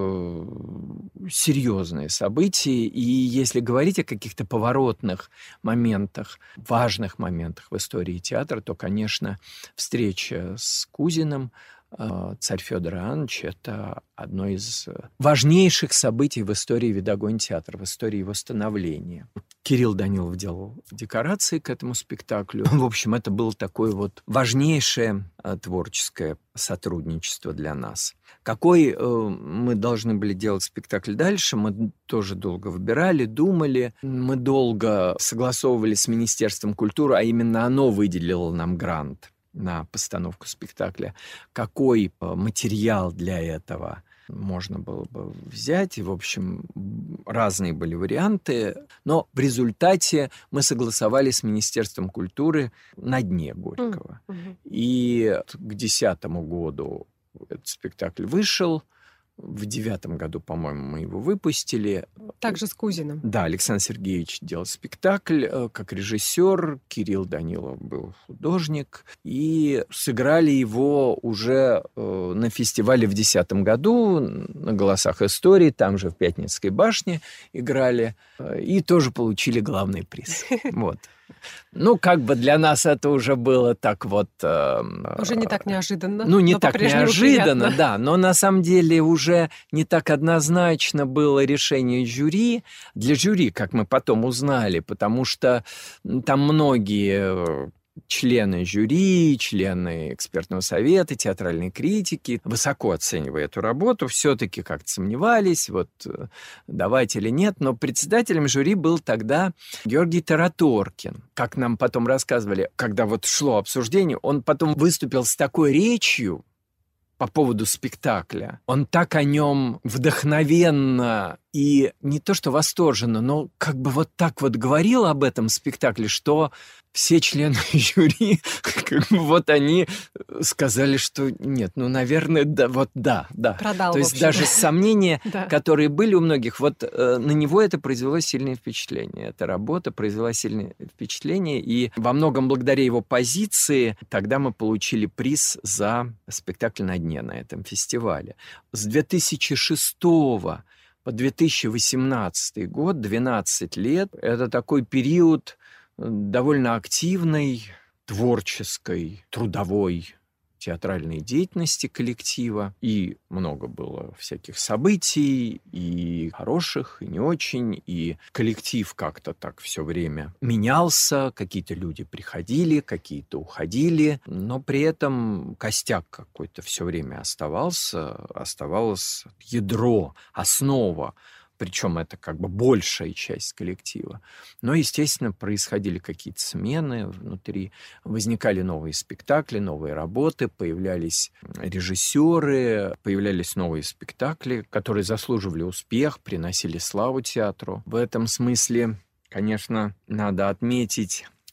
серьезное событие, и если говорить о каких-то поворотных моментах, важных моментах в истории театра, то, конечно, встреча с Кузиным, царь Федор Иоаннович, это одно из важнейших событий в истории Видогон-театра, в истории его становления. Кирилл Данилов делал декорации к этому спектаклю. В общем, это было такое вот важнейшее творческое сотрудничество для нас. Какой э, мы должны были делать спектакль дальше, мы тоже долго выбирали, думали. Мы долго согласовывали с Министерством культуры, а именно оно выделило нам грант на постановку спектакля, какой материал для этого можно было бы взять. И, в общем, разные были варианты. Но в результате мы согласовали с Министерством культуры на дне Горького. Mm-hmm. И к десятому году этот спектакль вышел. В девятом году, по-моему, мы его выпустили. Также с Кузиным. Да, Александр Сергеевич делал спектакль как режиссер, Кирилл Данилов был художник. И сыграли его уже на фестивале в десятом году на «Голосах истории», там же в Пятницкой башне играли. И тоже получили главный приз. Вот. Ну, как бы для нас это уже было так вот... Э, уже не так неожиданно. Ну, не так неожиданно, приятно. Да. Но на самом деле уже не так однозначно было решение жюри. Для жюри, как мы потом узнали, потому что там многие... члены жюри, члены экспертного совета, театральные критики, высоко оценивая эту работу, все-таки как-то сомневались, вот давать или нет. Но председателем жюри был тогда Георгий Тараторкин. Как нам потом рассказывали, когда вот шло обсуждение, он потом выступил с такой речью по поводу спектакля. Он так о нем вдохновенно и не то что восторженно, но как бы вот так вот говорил об этом спектакле, что все члены жюри, как бы вот они сказали, что нет, ну, наверное, да, вот да, да. Продал, то есть даже сомнения, которые были у многих, вот э, на него это произвело сильное впечатление. Эта работа произвела сильное впечатление, и во многом благодаря его позиции тогда мы получили приз за спектакль «На дне» на этом фестивале. С две тысячи шестого по две тысячи восемнадцатый год, двенадцать лет, это такой период довольно активной, творческой, трудовой театральной деятельности коллектива. И много было всяких событий, и хороших, и не очень. И коллектив как-то так все время менялся. Какие-то люди приходили, какие-то уходили. Но при этом костяк какой-то все время оставался. Оставалось ядро, основа. Причем это как бы большая часть коллектива. Но, естественно, происходили какие-то смены внутри, возникали новые спектакли, новые работы, появлялись режиссеры, появлялись новые спектакли, которые заслуживали успех, приносили славу театру. В этом смысле, конечно, надо отметить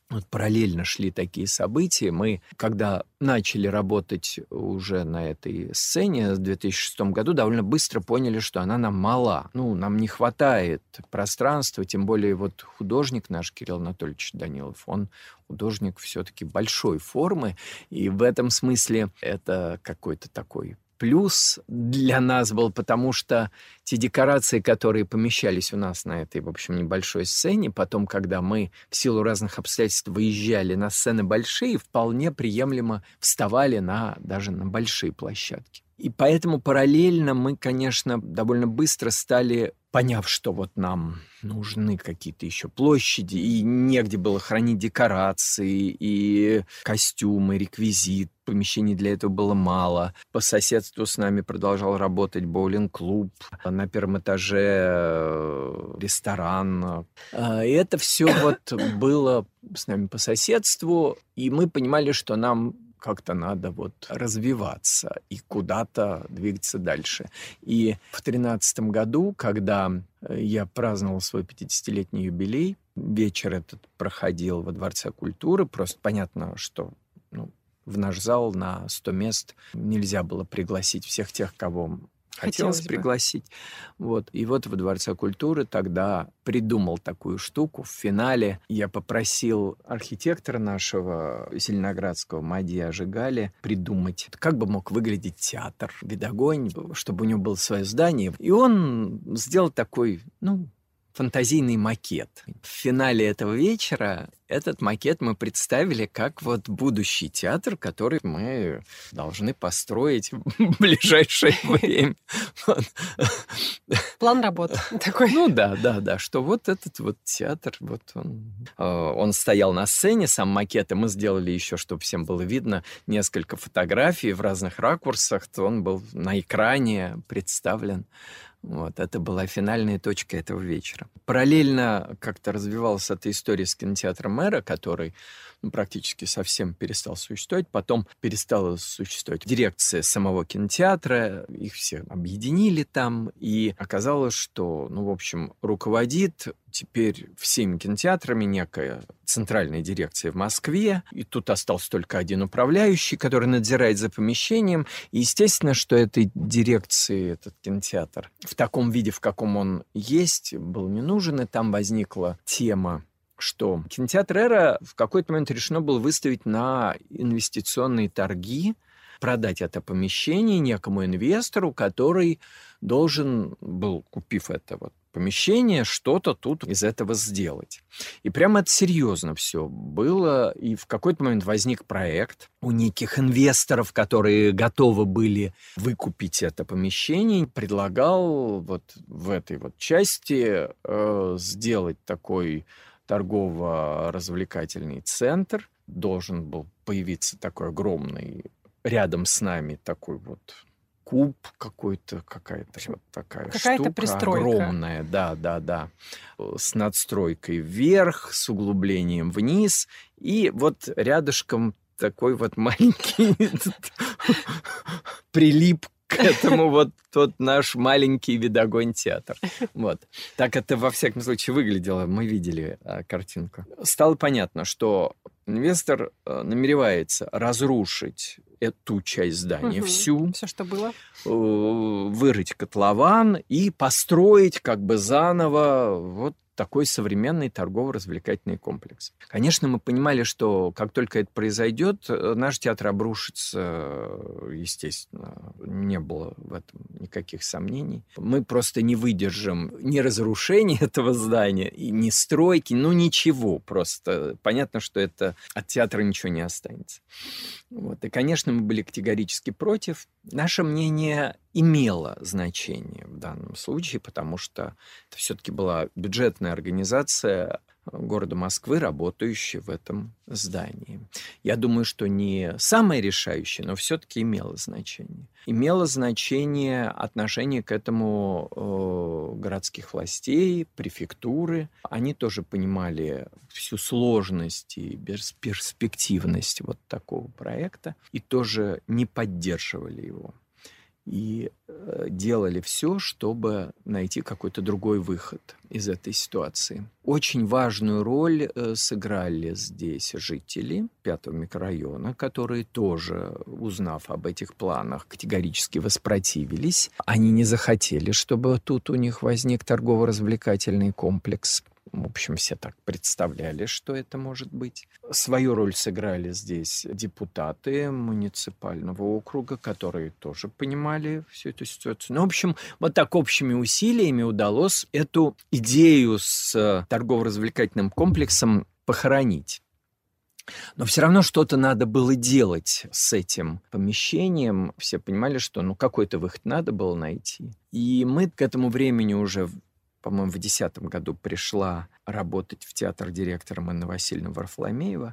Вот параллельно шли такие события. Мы, когда начали работать уже на этой сцене в две тысячи шестом году, довольно быстро поняли, что она нам мала. Ну, нам не хватает пространства, тем более вот художник наш, Кирилл Анатольевич Данилов, он художник все-таки большой формы, и в этом смысле это какой-то такой плюс для нас был, потому что те декорации, которые помещались у нас на этой, в общем, небольшой сцене, потом, когда мы в силу разных обстоятельств выезжали на сцены большие, вполне приемлемо вставали на, даже на большие площадки. И поэтому параллельно мы, конечно, довольно быстро стали, поняв, что вот нам нужны какие-то еще площади, и негде было хранить декорации, и костюмы, реквизит, помещений для этого было мало. По соседству с нами продолжал работать боулинг-клуб, на первом этаже ресторан. И это все вот было с нами по соседству, и мы понимали, что нам как-то надо вот развиваться и куда-то двигаться дальше. И в тринадцатом году, когда я праздновал свой пятидесятилетний юбилей, вечер этот проходил во Дворце культуры. Просто понятно, что ну, в наш зал на сто мест нельзя было пригласить всех тех, кого хотелось, хотелось пригласить. Вот. И вот во Дворце культуры тогда придумал такую штуку. В финале я попросил архитектора нашего зеленоградского Мадия Жигали придумать, как бы мог выглядеть театр «Видогонь», чтобы у него было свое здание. И он сделал такой, ну, фантазийный макет. В финале этого вечера этот макет мы представили как вот будущий театр, который мы должны построить в ближайшее время. План работы такой. Ну да, да, да, что вот этот вот театр, вот он, он стоял на сцене, сам макет, и мы сделали еще, чтобы всем было видно, несколько фотографий в разных ракурсах, то он был на экране представлен. Вот, это была финальная точка этого вечера. Параллельно как-то развивалась эта история с кинотеатром «Мэра», который ну, практически совсем перестал существовать. Потом перестала существовать дирекция самого кинотеатра. Их все объединили там. И оказалось, что, ну, в общем, руководит теперь всеми кинотеатрами некая центральная дирекция в Москве. И тут остался только один управляющий, который надзирает за помещением. И естественно, что этой дирекции, этот кинотеатр, в таком виде, в каком он есть, был не нужен. И там возникла тема, что кинотеатр «Эра» в какой-то момент решено было выставить на инвестиционные торги, продать это помещение некому инвестору, который должен был, купив это вот помещение, что-то тут из этого сделать. И прямо это серьезно все было. И в какой-то момент возник проект у неких инвесторов, которые готовы были выкупить это помещение. Предлагал вот в этой вот части э, сделать такой торгово-развлекательный центр. Должен был появиться такой огромный, рядом с нами такой вот куб какой-то, какая-то вот такая какая-то штука пристройка. Огромная, да, да, да, с надстройкой вверх, с углублением вниз, и вот рядышком такой вот маленький прилип к этому вот тот наш маленький Видогонь-театр. Вот. Так это, во всяком случае, выглядело. Мы видели а, картинку. Стало понятно, что инвестор а, намеревается разрушить эту часть здания, угу. всю. Все, что было. Вырыть котлован и построить как бы заново вот такой современный торгово-развлекательный комплекс. Конечно, мы понимали, что как только это произойдет, наш театр обрушится, естественно. Не было в этом никаких сомнений. Мы просто не выдержим ни разрушения этого здания, и ни стройки, ну ничего. Просто понятно, что это от театра ничего не останется. Вот. И, конечно, мы были категорически против. Наше мнение имело значение в данном случае, потому что это все-таки была бюджетная организация города Москвы, работающая в этом здании. Я думаю, что не самое решающее, но все-таки имело значение. Имело значение отношение к этому э, городских властей, префектуры. Они тоже понимали всю сложность и перспективность вот такого проекта и тоже не поддерживали его. и э, делали все, чтобы найти какой-то другой выход из этой ситуации. Очень важную роль э, сыграли здесь жители пятого микрорайона, которые тоже, узнав об этих планах, категорически воспротивились. Они не захотели, чтобы тут у них возник торгово-развлекательный комплекс. В общем, все так представляли, что это может быть. Свою роль сыграли здесь депутаты муниципального округа, которые тоже понимали всю эту ситуацию. Ну, в общем, вот так общими усилиями удалось эту идею с торгово-развлекательным комплексом похоронить. Но все равно что-то надо было делать с этим помещением. Все понимали, что ну, какой-то выход надо было найти. И мы к этому времени уже... по-моему, в две тысячи десятом году пришла работать в театр директором Инна Васильевна Варфоломеева.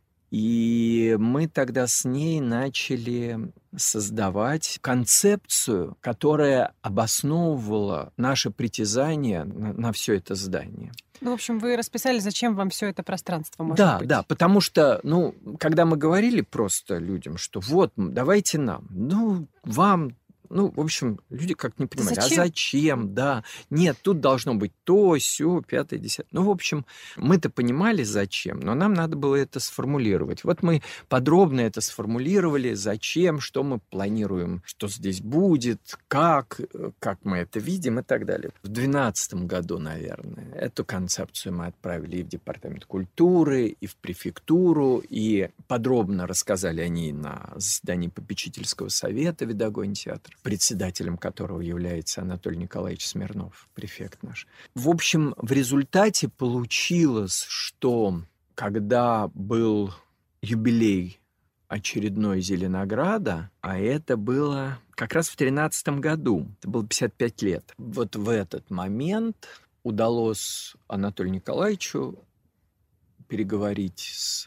И мы тогда с ней начали создавать концепцию, которая обосновывала наше притязание на, на все это здание. Ну, в общем, вы расписали, зачем вам все это пространство может да, быть. Да, потому что, ну, когда мы говорили просто людям, что вот, давайте нам, ну, вам... Ну, в общем, люди как не понимали, зачем? а зачем, да. Нет, тут должно быть то, сё, пятое, десятое. Ну, в общем, мы-то понимали, зачем, но нам надо было это сформулировать. Вот мы подробно это сформулировали, зачем, что мы планируем, что здесь будет, как, как мы это видим и так далее. В две тысячи двенадцатом году, наверное, эту концепцию мы отправили и в Департамент культуры, и в префектуру, и подробно рассказали о ней на заседании попечительского совета Видогон театра, председателем которого является Анатолий Николаевич Смирнов, префект наш. В общем, в результате получилось, что когда был юбилей очередной Зеленограда, а это было как раз в тринадцатом году, это было пятьдесят пять лет. Вот в этот момент удалось Анатолию Николаевичу переговорить с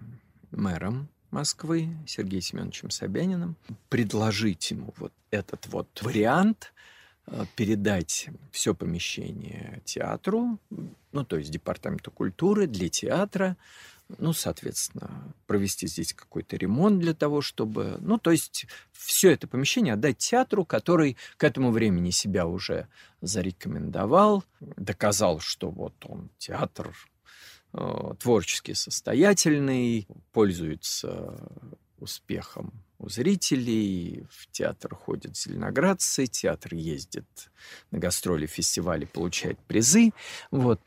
мэром Москвы Сергеем Семеновичем Собяниным, предложить ему вот этот вот вариант, передать все помещение театру, ну, то есть Департаменту культуры для театра, ну, соответственно, провести здесь какой-то ремонт для того, чтобы... Ну, то есть все это помещение отдать театру, который к этому времени себя уже зарекомендовал, доказал, что вот он театр творчески состоятельный, пользуется успехом у зрителей, в театр ходят зеленоградцы, театр ездит на гастроли, фестивали, получает призы. Вот.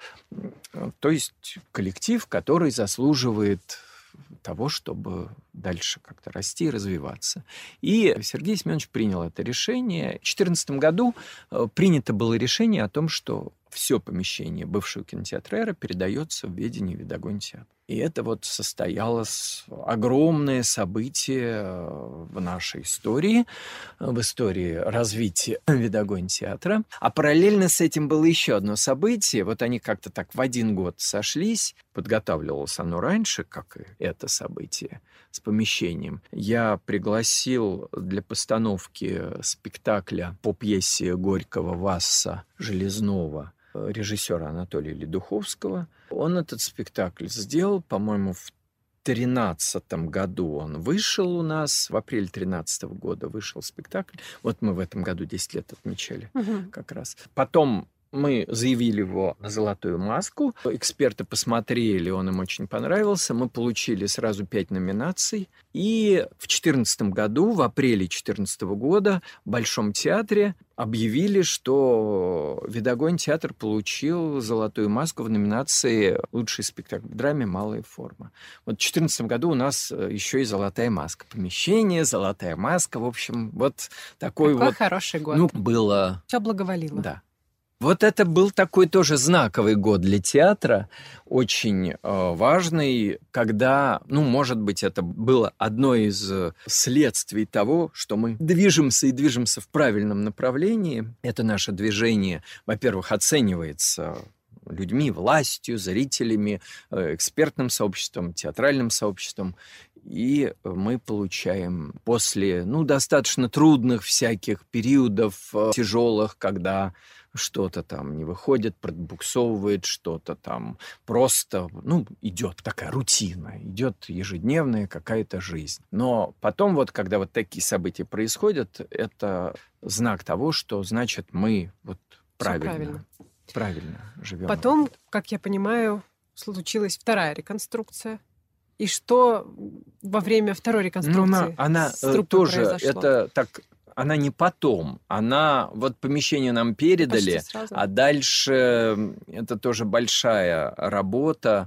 То есть коллектив, который заслуживает того, чтобы дальше как-то расти и развиваться. И Сергей Семенович принял это решение. В две тысячи четырнадцатом году принято было решение о том, что все помещение бывшего кинотеатра «Эра» передается в ведение Видогон театра. И это вот состоялось огромное событие в нашей истории, в истории развития Видогон театра. А параллельно с этим было еще одно событие. Вот они как-то так в один год сошлись. Подготавливалось оно раньше, как и это событие с помещением. Я пригласил для постановки спектакля по пьесе Горького «Васса» Железного режиссера Анатолия Ледуховского. Он этот спектакль сделал, по-моему, в тринадцатом году он вышел у нас, в апреле тринадцатого года вышел спектакль. Вот мы в этом году десять лет отмечали угу. как раз. Потом мы заявили его на «Золотую маску». Эксперты посмотрели, он им очень понравился. Мы получили сразу пять номинаций. И в две тысячи четырнадцатом году, в апреле две тысячи четырнадцатого года, в Большом театре объявили, что Видогон театр получил «Золотую маску» в номинации «Лучший спектакль в драме. Малая форма». Вот в две тысячи четырнадцатом году у нас еще и «Золотая маска». Помещение, «Золотая маска». В общем, вот такой Какой вот... хороший год. Ну, было... Все благоволило. Да. Вот это был такой тоже знаковый год для театра, очень э, важный, когда, ну, может быть, это было одно из следствий того, что мы движемся и движемся в правильном направлении. Это наше движение, во-первых, оценивается людьми, властью, зрителями, э, экспертным сообществом, театральным сообществом. И мы получаем после, ну, достаточно трудных всяких периодов, э, тяжелых, когда что-то там не выходит, пробуксовывает, что-то там просто, ну, идет такая рутина, идет ежедневная какая-то жизнь. Но потом вот, когда вот такие события происходят, это знак того, что, значит, мы вот правильно, правильно. правильно живем. Потом, как я понимаю, случилась вторая реконструкция. И что во время второй реконструкции ну, она, она с труппой тоже, произошло? это так, она не потом. Она, вот помещение нам передали, а дальше это тоже большая работа,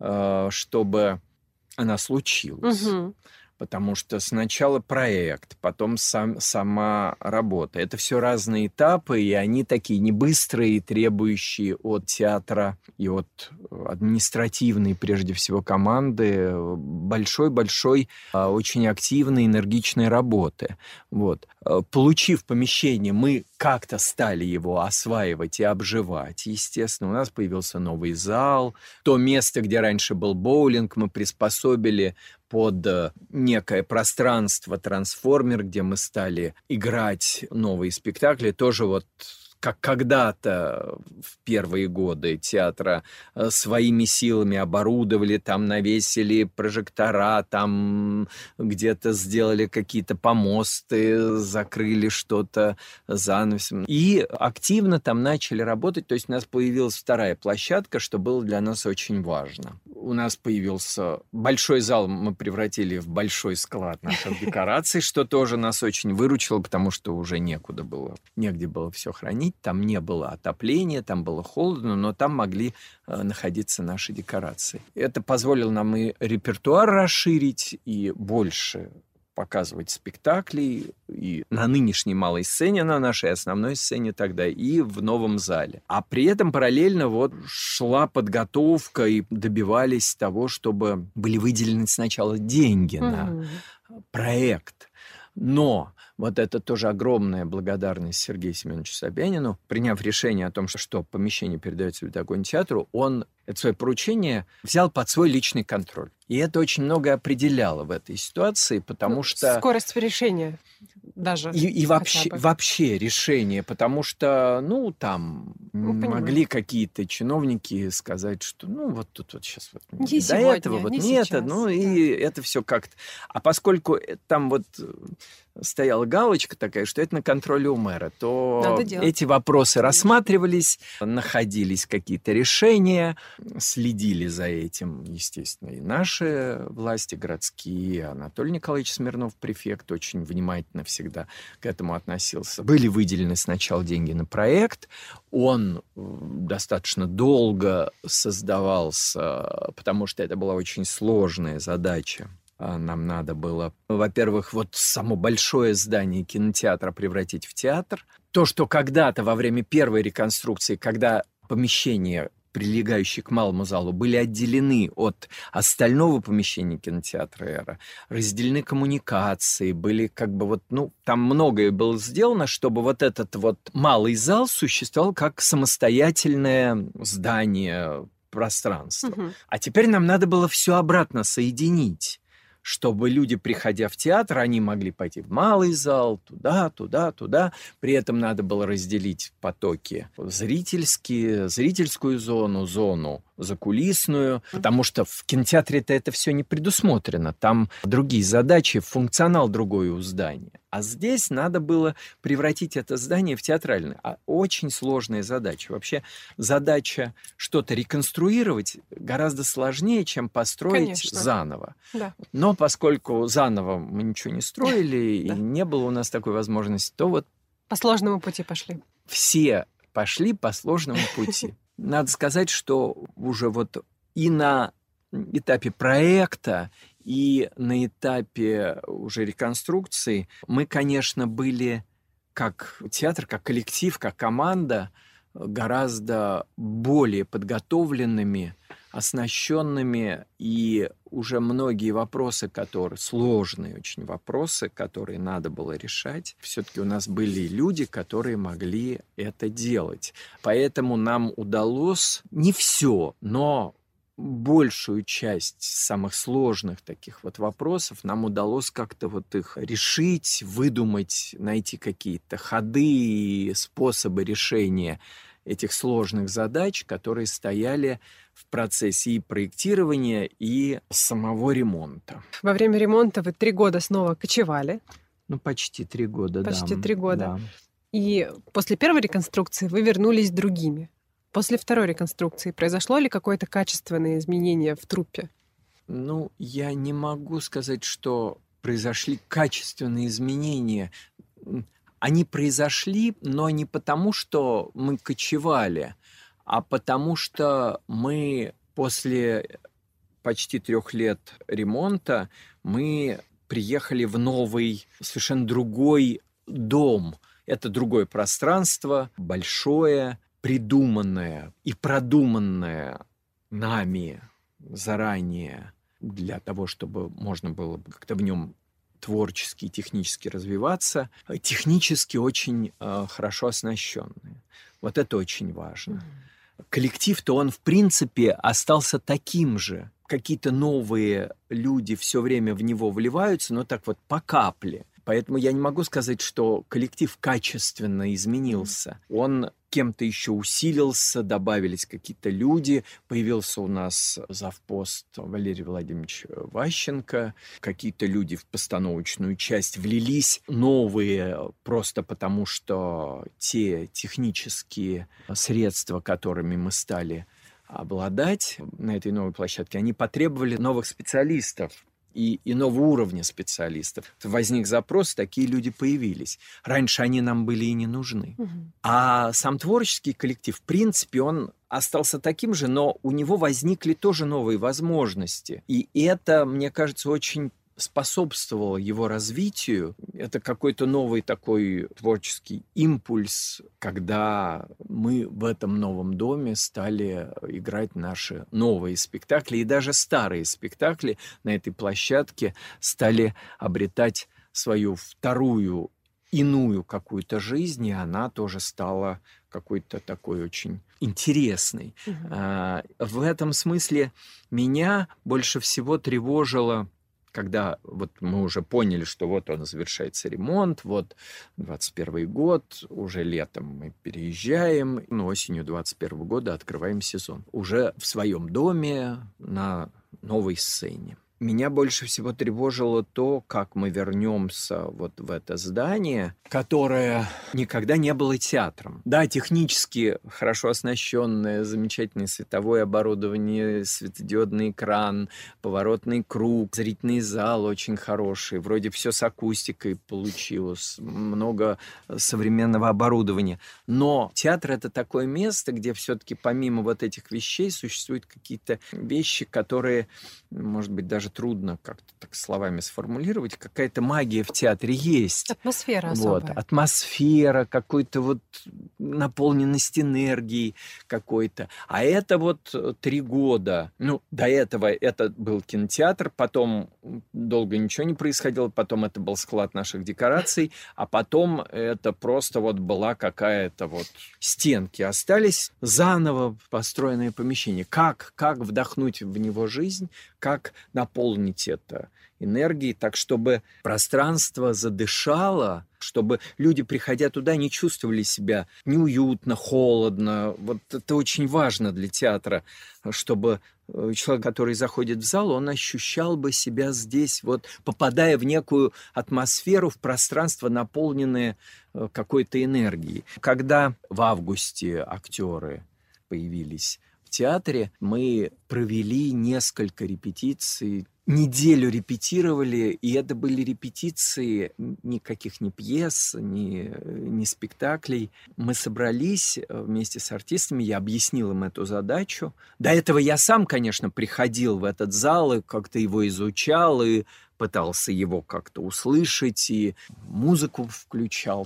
чтобы она случилась. Угу. Потому что сначала проект, потом сам, сама работа. Это все разные этапы, и они такие не быстрые, требующие от театра и от административной, прежде всего, команды большой-большой, очень активной, энергичной работы. Вот. Получив помещение, мы как-то стали его осваивать и обживать. Естественно, у нас появился новый зал. То место, где раньше был боулинг, мы приспособили под некое пространство трансформер, где мы стали играть новые спектакли. Тоже вот как когда-то в первые годы театра своими силами оборудовали, там навесили прожектора, там где-то сделали какие-то помосты, закрыли что-то занавесом. И активно там начали работать. То есть у нас появилась вторая площадка, что было для нас очень важно. У нас появился большой зал, мы превратили в большой склад наших декораций, что тоже нас очень выручило, потому что уже некуда было, негде было все хранить. Там не было отопления, там было холодно, но там могли э, находиться наши декорации. Это позволило нам и репертуар расширить, и больше показывать спектакли и на нынешней малой сцене, на нашей основной сцене тогда, и в новом зале. А при этом параллельно вот шла подготовка, и добивались того, чтобы были выделены сначала деньги mm-hmm. на проект. Но вот это тоже огромная благодарность Сергею Семеновичу Собянину. Приняв решение о том, что, что помещение передается Видогон-театру, он это свое поручение взял под свой личный контроль. И это очень многое определяло в этой ситуации, потому ну, что... Скорость решения даже. И, и вообще, вообще решение, потому что, ну, там ну, могли какие-то чиновники сказать, что, ну, вот тут вот сейчас вот не до сегодня, этого вот не нет, сейчас, ну, да. И это все как-то... А поскольку там вот стояла галочка такая, что это на контроле у мэра, то эти вопросы рассматривались, находились какие-то решения, следили за этим, естественно, и наши власти городские. Анатолий Николаевич Смирнов, префект, очень внимательно всегда к этому относился. Были выделены сначала деньги на проект, он достаточно долго создавался, потому что это была очень сложная задача. Нам надо было, во-первых, вот само большое здание кинотеатра превратить в театр. То, что когда-то во время первой реконструкции, когда помещения, прилегающие к малому залу, были отделены от остального помещения кинотеатра «Эра», разделены коммуникации, были как бы вот, ну, там многое было сделано, чтобы вот этот вот малый зал существовал как самостоятельное здание, пространство. Угу. А теперь нам надо было все обратно соединить, чтобы люди, приходя в театр, они могли пойти в малый зал, туда, туда, туда. При этом надо было разделить потоки зрительские, зрительскую зону, зону закулисную, потому что в кинотеатре-то это все не предусмотрено. Там другие задачи, функционал другой у здания. А здесь надо было превратить это здание в театральное. А очень сложная задача. Вообще задача что-то реконструировать гораздо сложнее, чем построить Конечно. Заново. Да. Но поскольку заново мы ничего не строили, да. и не было у нас такой возможности, то вот... По сложному пути пошли. Все пошли по сложному пути. Надо сказать, что уже вот и на этапе проекта, и на этапе уже реконструкции мы, конечно, были как театр, как коллектив, как команда гораздо более подготовленными, оснащенными, и уже многие вопросы, которые сложные очень вопросы, которые надо было решать, все-таки у нас были люди, которые могли это делать. Поэтому нам удалось не все, но большую часть самых сложных таких вот вопросов нам удалось как-то вот их решить, выдумать, найти какие-то ходы и способы решения этих сложных задач, которые стояли в процессе и проектирования, и самого ремонта. Во время ремонта вы три года снова кочевали. Ну, почти три года, да. Почти три года. Да. И после первой реконструкции вы вернулись другими. После второй реконструкции произошло ли какое-то качественное изменение в труппе? Ну, я не могу сказать, что произошли качественные изменения. Они произошли, но не потому, что мы кочевали, а потому что мы после почти трех лет ремонта мы приехали в новый, совершенно другой дом. Это другое пространство, большое, придуманное и продуманное нами заранее для того, чтобы можно было как-то в нем творчески и технически развиваться, технически очень э, хорошо оснащенные. Вот это очень важно. Mm-hmm. Коллектив-то он, в принципе, остался таким же. Какие-то новые люди все время в него вливаются, но так вот по капле. Поэтому я не могу сказать, что коллектив качественно изменился. Он кем-то еще усилился, добавились какие-то люди. Появился у нас завпост Валерий Владимирович Ващенко. Какие-то люди в постановочную часть влились. Новые просто потому, что те технические средства, которыми мы стали обладать на этой новой площадке, они потребовали новых специалистов. И иного уровня специалистов. Возник запрос, такие люди появились. Раньше они нам были и не нужны. Угу. А сам творческий коллектив, в принципе, он остался таким же, но у него возникли тоже новые возможности. И это, мне кажется, очень способствовало его развитию. Это какой-то новый такой творческий импульс, когда мы в этом новом доме стали играть наши новые спектакли, и даже старые спектакли на этой площадке стали обретать свою вторую, иную какую-то жизнь, и она тоже стала какой-то такой очень интересной. Угу. А, в этом смысле меня больше всего тревожило, когда вот мы уже поняли, что вот он завершается ремонт, вот двадцать первый год, уже летом мы переезжаем, но осенью двадцать первого года открываем сезон. Уже в своем доме на новой сцене. Меня больше всего тревожило то, как мы вернемся вот в это здание, которое никогда не было театром. Да, технически хорошо оснащенное, замечательное световое оборудование, светодиодный экран, поворотный круг, зрительный зал очень хороший. Вроде все с акустикой получилось, много современного оборудования. Но театр — это такое место, где все-таки помимо вот этих вещей существуют какие-то вещи, которые, может быть, даже трудно как-то так словами сформулировать. Какая-то магия в театре есть. Атмосфера вот, особая. Атмосфера, какой-то вот наполненность энергией какой-то. А это вот три года. Ну, до этого это был кинотеатр, потом долго ничего не происходило, потом это был склад наших декораций, а потом это просто вот была какая-то вот стенки. Остались заново построенные помещения. Как, как вдохнуть в него жизнь, как наполнить это энергией, так, чтобы пространство задышало, чтобы люди, приходя туда, не чувствовали себя неуютно, холодно. Вот это очень важно для театра, чтобы человек, который заходит в зал, он ощущал бы себя здесь, вот, попадая в некую атмосферу, в пространство, наполненное какой-то энергией. Когда в августе актеры появились в театре, мы провели несколько репетиций, неделю репетировали, и это были репетиции никаких ни пьес, ни, ни спектаклей. Мы собрались вместе с артистами, я объяснил им эту задачу. До этого я сам, конечно, приходил в этот зал и как-то его изучал, и пытался его как-то услышать, и музыку включал.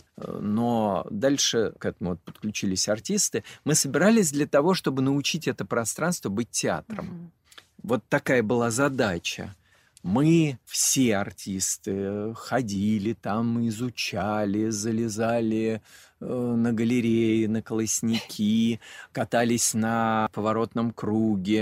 Но дальше к этому вот подключились артисты. Мы собирались для того, чтобы научить это пространство быть театром. Mm-hmm. Вот такая была задача. Мы, все артисты, ходили там, изучали, залезали э, на галереи, на колосники, катались на поворотном круге,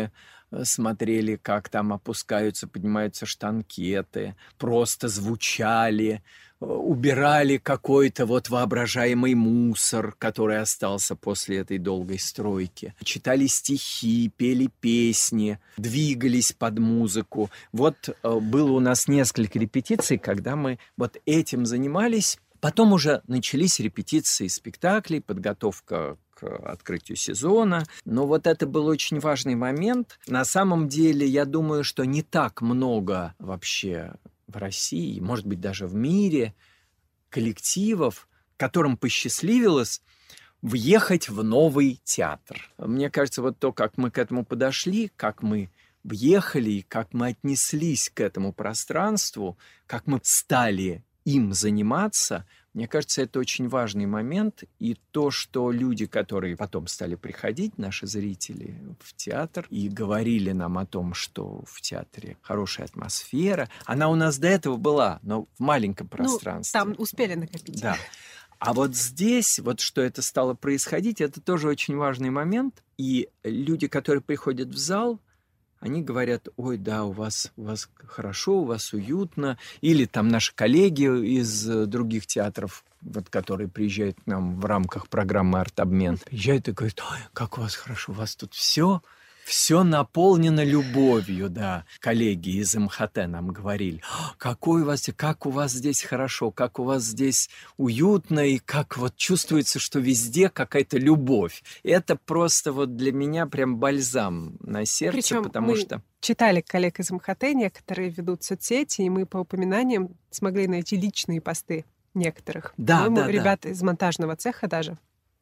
смотрели, как там опускаются, поднимаются штанкеты, просто звучали, убирали какой-то вот воображаемый мусор, который остался после этой долгой стройки. Читали стихи, пели песни, двигались под музыку. Вот было у нас несколько репетиций, когда мы вот этим занимались. Потом уже начались репетиции спектаклей, подготовка к открытию сезона. Но вот это был очень важный момент. На самом деле, я думаю, что не так много вообще в России, может быть, даже в мире, коллективов, которым посчастливилось въехать в новый театр. Мне кажется, вот то, как мы к этому подошли, как мы въехали, и как мы отнеслись к этому пространству, как мы стали им заниматься, мне кажется, это очень важный момент. И то, что люди, которые потом стали приходить, наши зрители, в театр, и говорили нам о том, что в театре хорошая атмосфера, она у нас до этого была, но в маленьком пространстве. Ну, там успели накопить. Да. А вот здесь, вот что это стало происходить, это тоже очень важный момент. И люди, которые приходят в зал, они говорят: ой, да, у вас, у вас хорошо, у вас уютно. Или там наши коллеги из других театров, вот, которые приезжают к нам в рамках программы «Арт-обмен», приезжают и говорят: ой, как у вас хорошо, у вас тут все... Все наполнено любовью, да. Коллеги из эм ха тэ нам говорили: какой у вас, как у вас здесь хорошо, как у вас здесь уютно, и как вот чувствуется, что везде какая-то любовь. Это просто вот для меня прям бальзам на сердце, Причем потому мы что... читали коллег из эм ха тэ, некоторые ведут соцсети, и мы по упоминаниям смогли найти личные посты некоторых. Да, По-моему, да, да. ребята из монтажного цеха даже.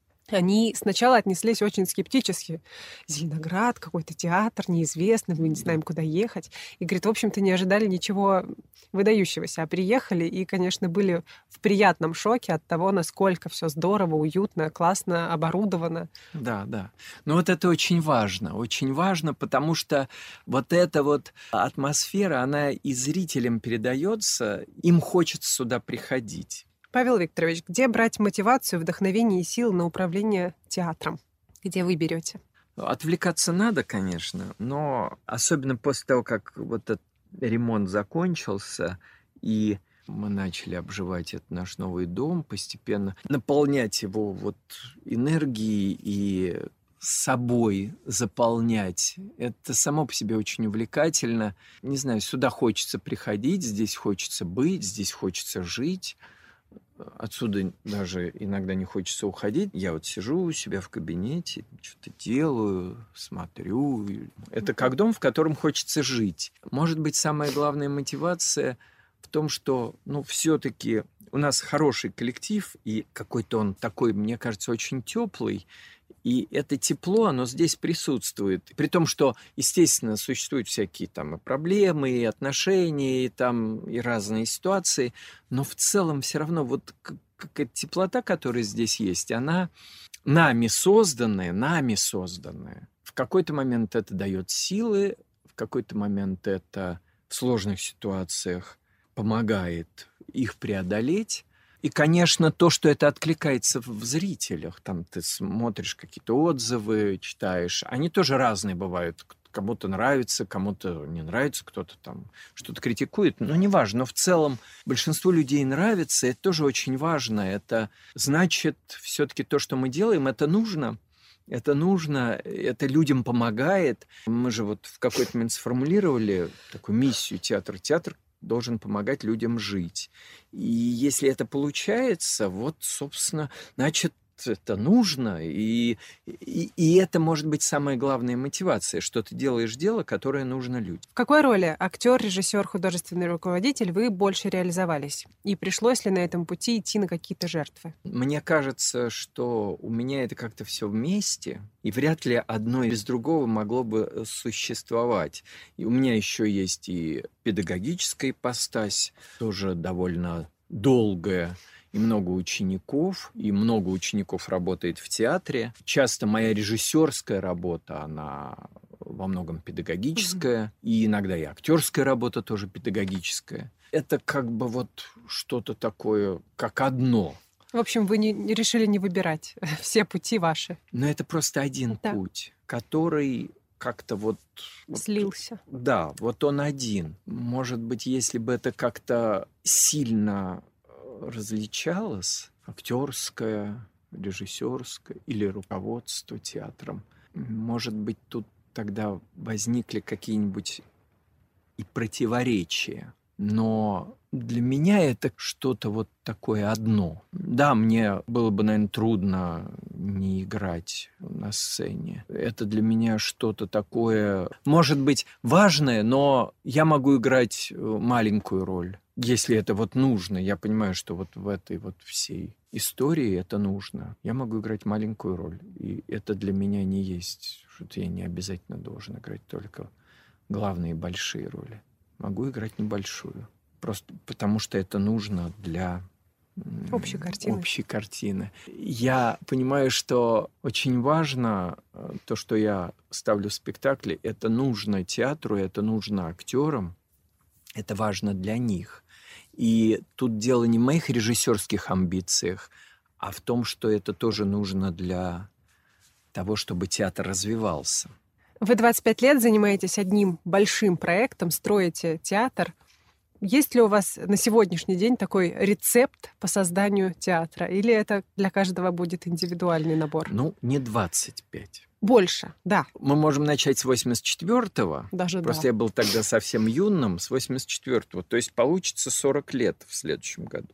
Они сначала отнеслись очень скептически. Зеленоград, какой-то театр, неизвестный, мы не знаем, куда ехать. И, говорит, в общем-то, не ожидали ничего выдающегося. А приехали и, конечно, были в приятном шоке от того, насколько все здорово, уютно, классно оборудовано. Да, да. Но вот это очень важно. Очень важно, потому что вот эта вот атмосфера, она и зрителям передается, им хочется сюда приходить. Павел Викторович, где брать мотивацию, вдохновение и силы на управление театром? Где вы берете? Отвлекаться надо, конечно, но особенно после того, как вот этот ремонт закончился, и мы начали обживать этот наш новый дом, постепенно наполнять его вот энергией и собой заполнять. Это само по себе очень увлекательно. Не знаю, сюда хочется приходить, здесь хочется быть, здесь хочется жить. Отсюда даже иногда не хочется уходить. Я вот сижу у себя в кабинете, что-то делаю, смотрю. Это как дом, в котором хочется жить. Может быть, самая главная мотивация в том, что, ну, все-таки у нас хороший коллектив, и какой-то он такой, мне кажется, очень теплый. И это тепло, оно здесь присутствует. При том, что, естественно, существуют всякие там и проблемы, и отношения, и, там, и разные ситуации. Но в целом все равно вот какая-то теплота, которая здесь есть, она нами созданная, нами созданная. В какой-то момент это дает силы, в какой-то момент это в сложных ситуациях помогает их преодолеть. И, конечно, то, что это откликается в зрителях, там ты смотришь какие-то отзывы, читаешь, они тоже разные бывают. Кому-то нравится, кому-то не нравится, кто-то там что-то критикует, но неважно. Но в целом большинству людей нравится, это тоже очень важно. Это значит, все-таки то, что мы делаем, это нужно. Это нужно, это людям помогает. Мы же вот в какой-то момент сформулировали такую миссию театра. Театр должен помогать людям жить. И если это получается, вот, собственно, значит, это нужно. И, и, и это может быть самая главная мотивация, что ты делаешь дело, которое нужно людям. В какой роли актер, режиссер, художественный руководитель вы больше реализовались? И пришлось ли на этом пути идти на какие-то жертвы? Мне кажется, что у меня это как-то все вместе, и вряд ли одно без другого могло бы существовать. И у меня еще есть и педагогическая ипостась, тоже довольно долгая, и много учеников, и много учеников работает в театре. Часто моя режиссерская работа, она во многом педагогическая, mm-hmm. и иногда и актерская работа тоже педагогическая. Это как бы вот что-то такое, как одно. В общем, вы не, не решили не выбирать все пути ваши. Но это просто один да. путь, который как-то вот... Слился. Вот, да, вот он один. Может быть, если бы это как-то сильно различалось, актерское, режиссерское или руководство театром, может быть, тут тогда возникли какие-нибудь и противоречия. Но для меня это что-то вот такое одно. Да, мне было бы, наверное, трудно не играть на сцене. Это для меня что-то такое, может быть, важное, но я могу играть маленькую роль, если это вот нужно. Я понимаю, что вот в этой вот всей истории это нужно. Я могу играть маленькую роль, и это для меня не есть, что-то я не обязательно должен играть только главные большие роли. Могу играть небольшую. Просто потому, что это нужно для общей картины. общей картины. Я понимаю, что очень важно то, что я ставлю в спектакле, это нужно театру, это нужно актерам, это важно для них. И тут дело не в моих режиссерских амбициях, а в том, что это тоже нужно для того, чтобы театр развивался. Вы двадцать пять лет занимаетесь одним большим проектом, строите театр. Есть ли у вас на сегодняшний день такой рецепт по созданию театра? Или это для каждого будет индивидуальный набор? Ну, не двадцать пять. Больше, да. Мы можем начать с восемьдесят четвёртого. Даже Просто да. я был тогда совсем юным, с восемьдесят четвёртого. То есть получится сорок лет в следующем году.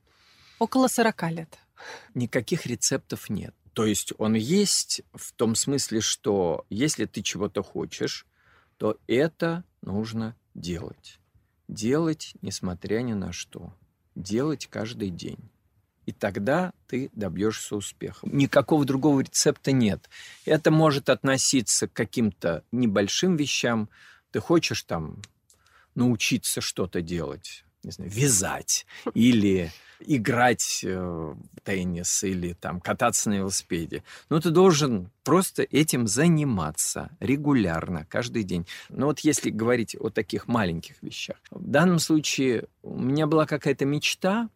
Около сорока лет. Никаких рецептов нет. То есть он есть в том смысле, что если ты чего-то хочешь, то это нужно делать. Делать, несмотря ни на что. Делать каждый день. И тогда ты добьешься успеха. Никакого другого рецепта нет. Это может относиться к каким-то небольшим вещам. Ты хочешь там научиться что-то делать, не знаю, вязать или играть э, в теннис или там кататься на велосипеде. Но ты должен просто этим заниматься регулярно, каждый день. Но вот если говорить о таких маленьких вещах. В данном случае у меня была какая-то мечта,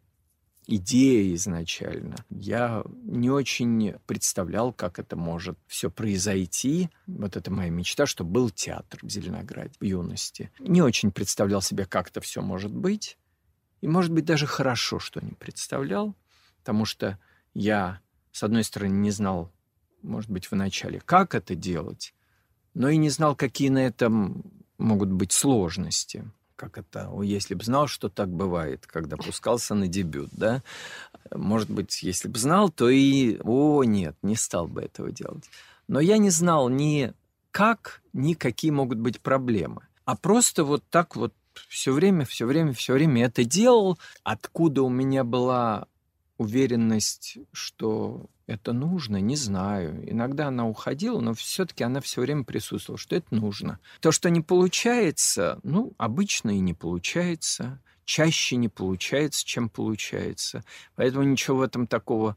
идея изначально. Я не очень представлял, как это может все произойти. Вот это моя мечта, что был театр в Зеленограде в юности. Не очень представлял себе, как это все может быть. И, может быть, даже хорошо, что не представлял, потому что я, с одной стороны, не знал, может быть, вначале, как это делать, но и не знал, какие на этом могут быть сложности. Как это, если бы знал, что так бывает, когда пускался на дебют, да? Может быть, если бы знал, то и, о, нет, не стал бы этого делать. Но я не знал ни как, ни какие могут быть проблемы. А просто вот так вот все время, все время, все время это делал. Откуда у меня была уверенность, что это нужно, не знаю. Иногда она уходила, но все-таки она все время присутствовала, что это нужно. То, что не получается, ну, обычно и не получается. Чаще не получается, чем получается. Поэтому ничего в этом такого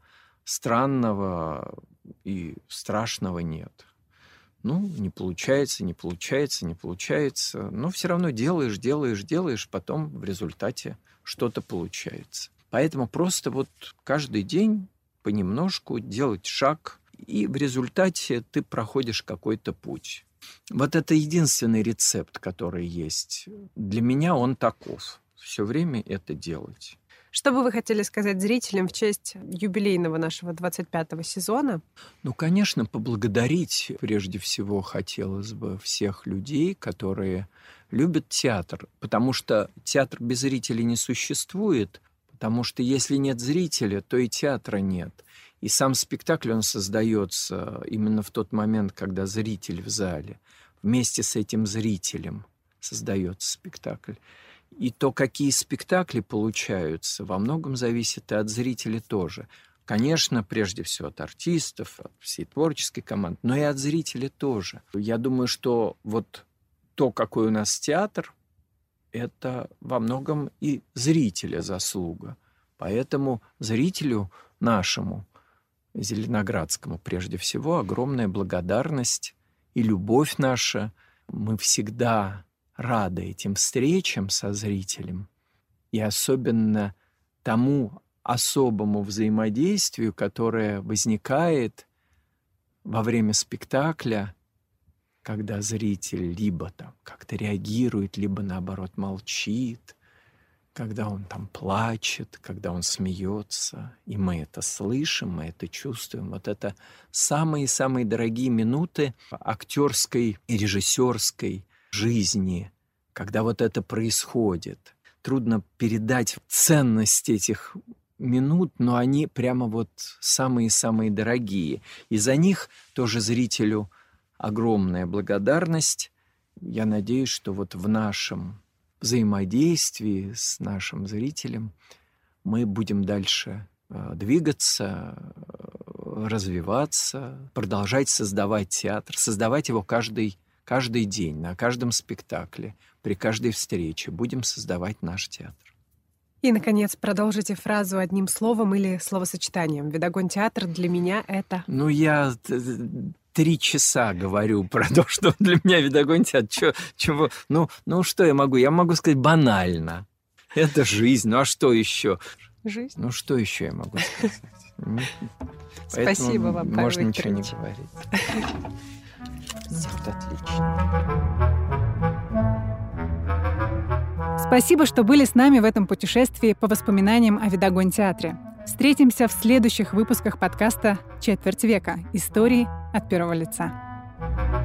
странного и страшного нет. Ну, не получается, не получается, не получается. Но все равно делаешь, делаешь, делаешь, потом в результате что-то получается. Поэтому просто вот каждый день понемножку делать шаг, и в результате ты проходишь какой-то путь. Вот это единственный рецепт, который есть. Для меня он таков. Все время это делать. Что бы вы хотели сказать зрителям в честь юбилейного нашего двадцать пятого сезона? Ну, конечно, поблагодарить прежде всего хотелось бы всех людей, которые любят театр, потому что театр без зрителей не существует, потому что если нет зрителя, то и театра нет. И сам спектакль, он создается именно в тот момент, когда зритель в зале. Вместе с этим зрителем создается спектакль. И то, какие спектакли получаются, во многом зависит и от зрителей тоже. Конечно, прежде всего от артистов, от всей творческой команды, но и от зрителей тоже. Я думаю, что вот то, какой у нас театр, это во многом и зрителя заслуга. Поэтому зрителю нашему, зеленоградскому, прежде всего, огромная благодарность и любовь наша. Мы всегда рады этим встречам со зрителем и особенно тому особому взаимодействию, которое возникает во время спектакля, когда зритель либо там как-то реагирует, либо наоборот молчит, когда он там плачет, когда он смеется. И мы это слышим, мы это чувствуем. Вот это самые-самые дорогие минуты актерской и режиссерской жизни, когда вот это происходит. Трудно передать ценность этих минут, но они прямо вот самые-самые дорогие. И за них тоже зрителю огромная благодарность. Я надеюсь, что вот в нашем взаимодействии с нашим зрителем мы будем дальше э, двигаться, э, развиваться, продолжать создавать театр, создавать его каждый, каждый день, на каждом спектакле, при каждой встрече. Будем создавать наш театр. И, наконец, продолжите фразу одним словом или словосочетанием. Видогон-театр для меня — это... Ну, я три часа говорю про то, что для меня Видогон-театр. Чё, чего? Ну, ну, что я могу? Я могу сказать банально. Это жизнь. Ну, а что еще? Жизнь. Ну, что еще я могу сказать? Спасибо вам, Павел можно ничего не Викторович. говорить. Вот отлично. Спасибо, что были с нами в этом путешествии по воспоминаниям о Видогон-театре. Встретимся в следующих выпусках подкаста «Четверть века. Истории от первого лица».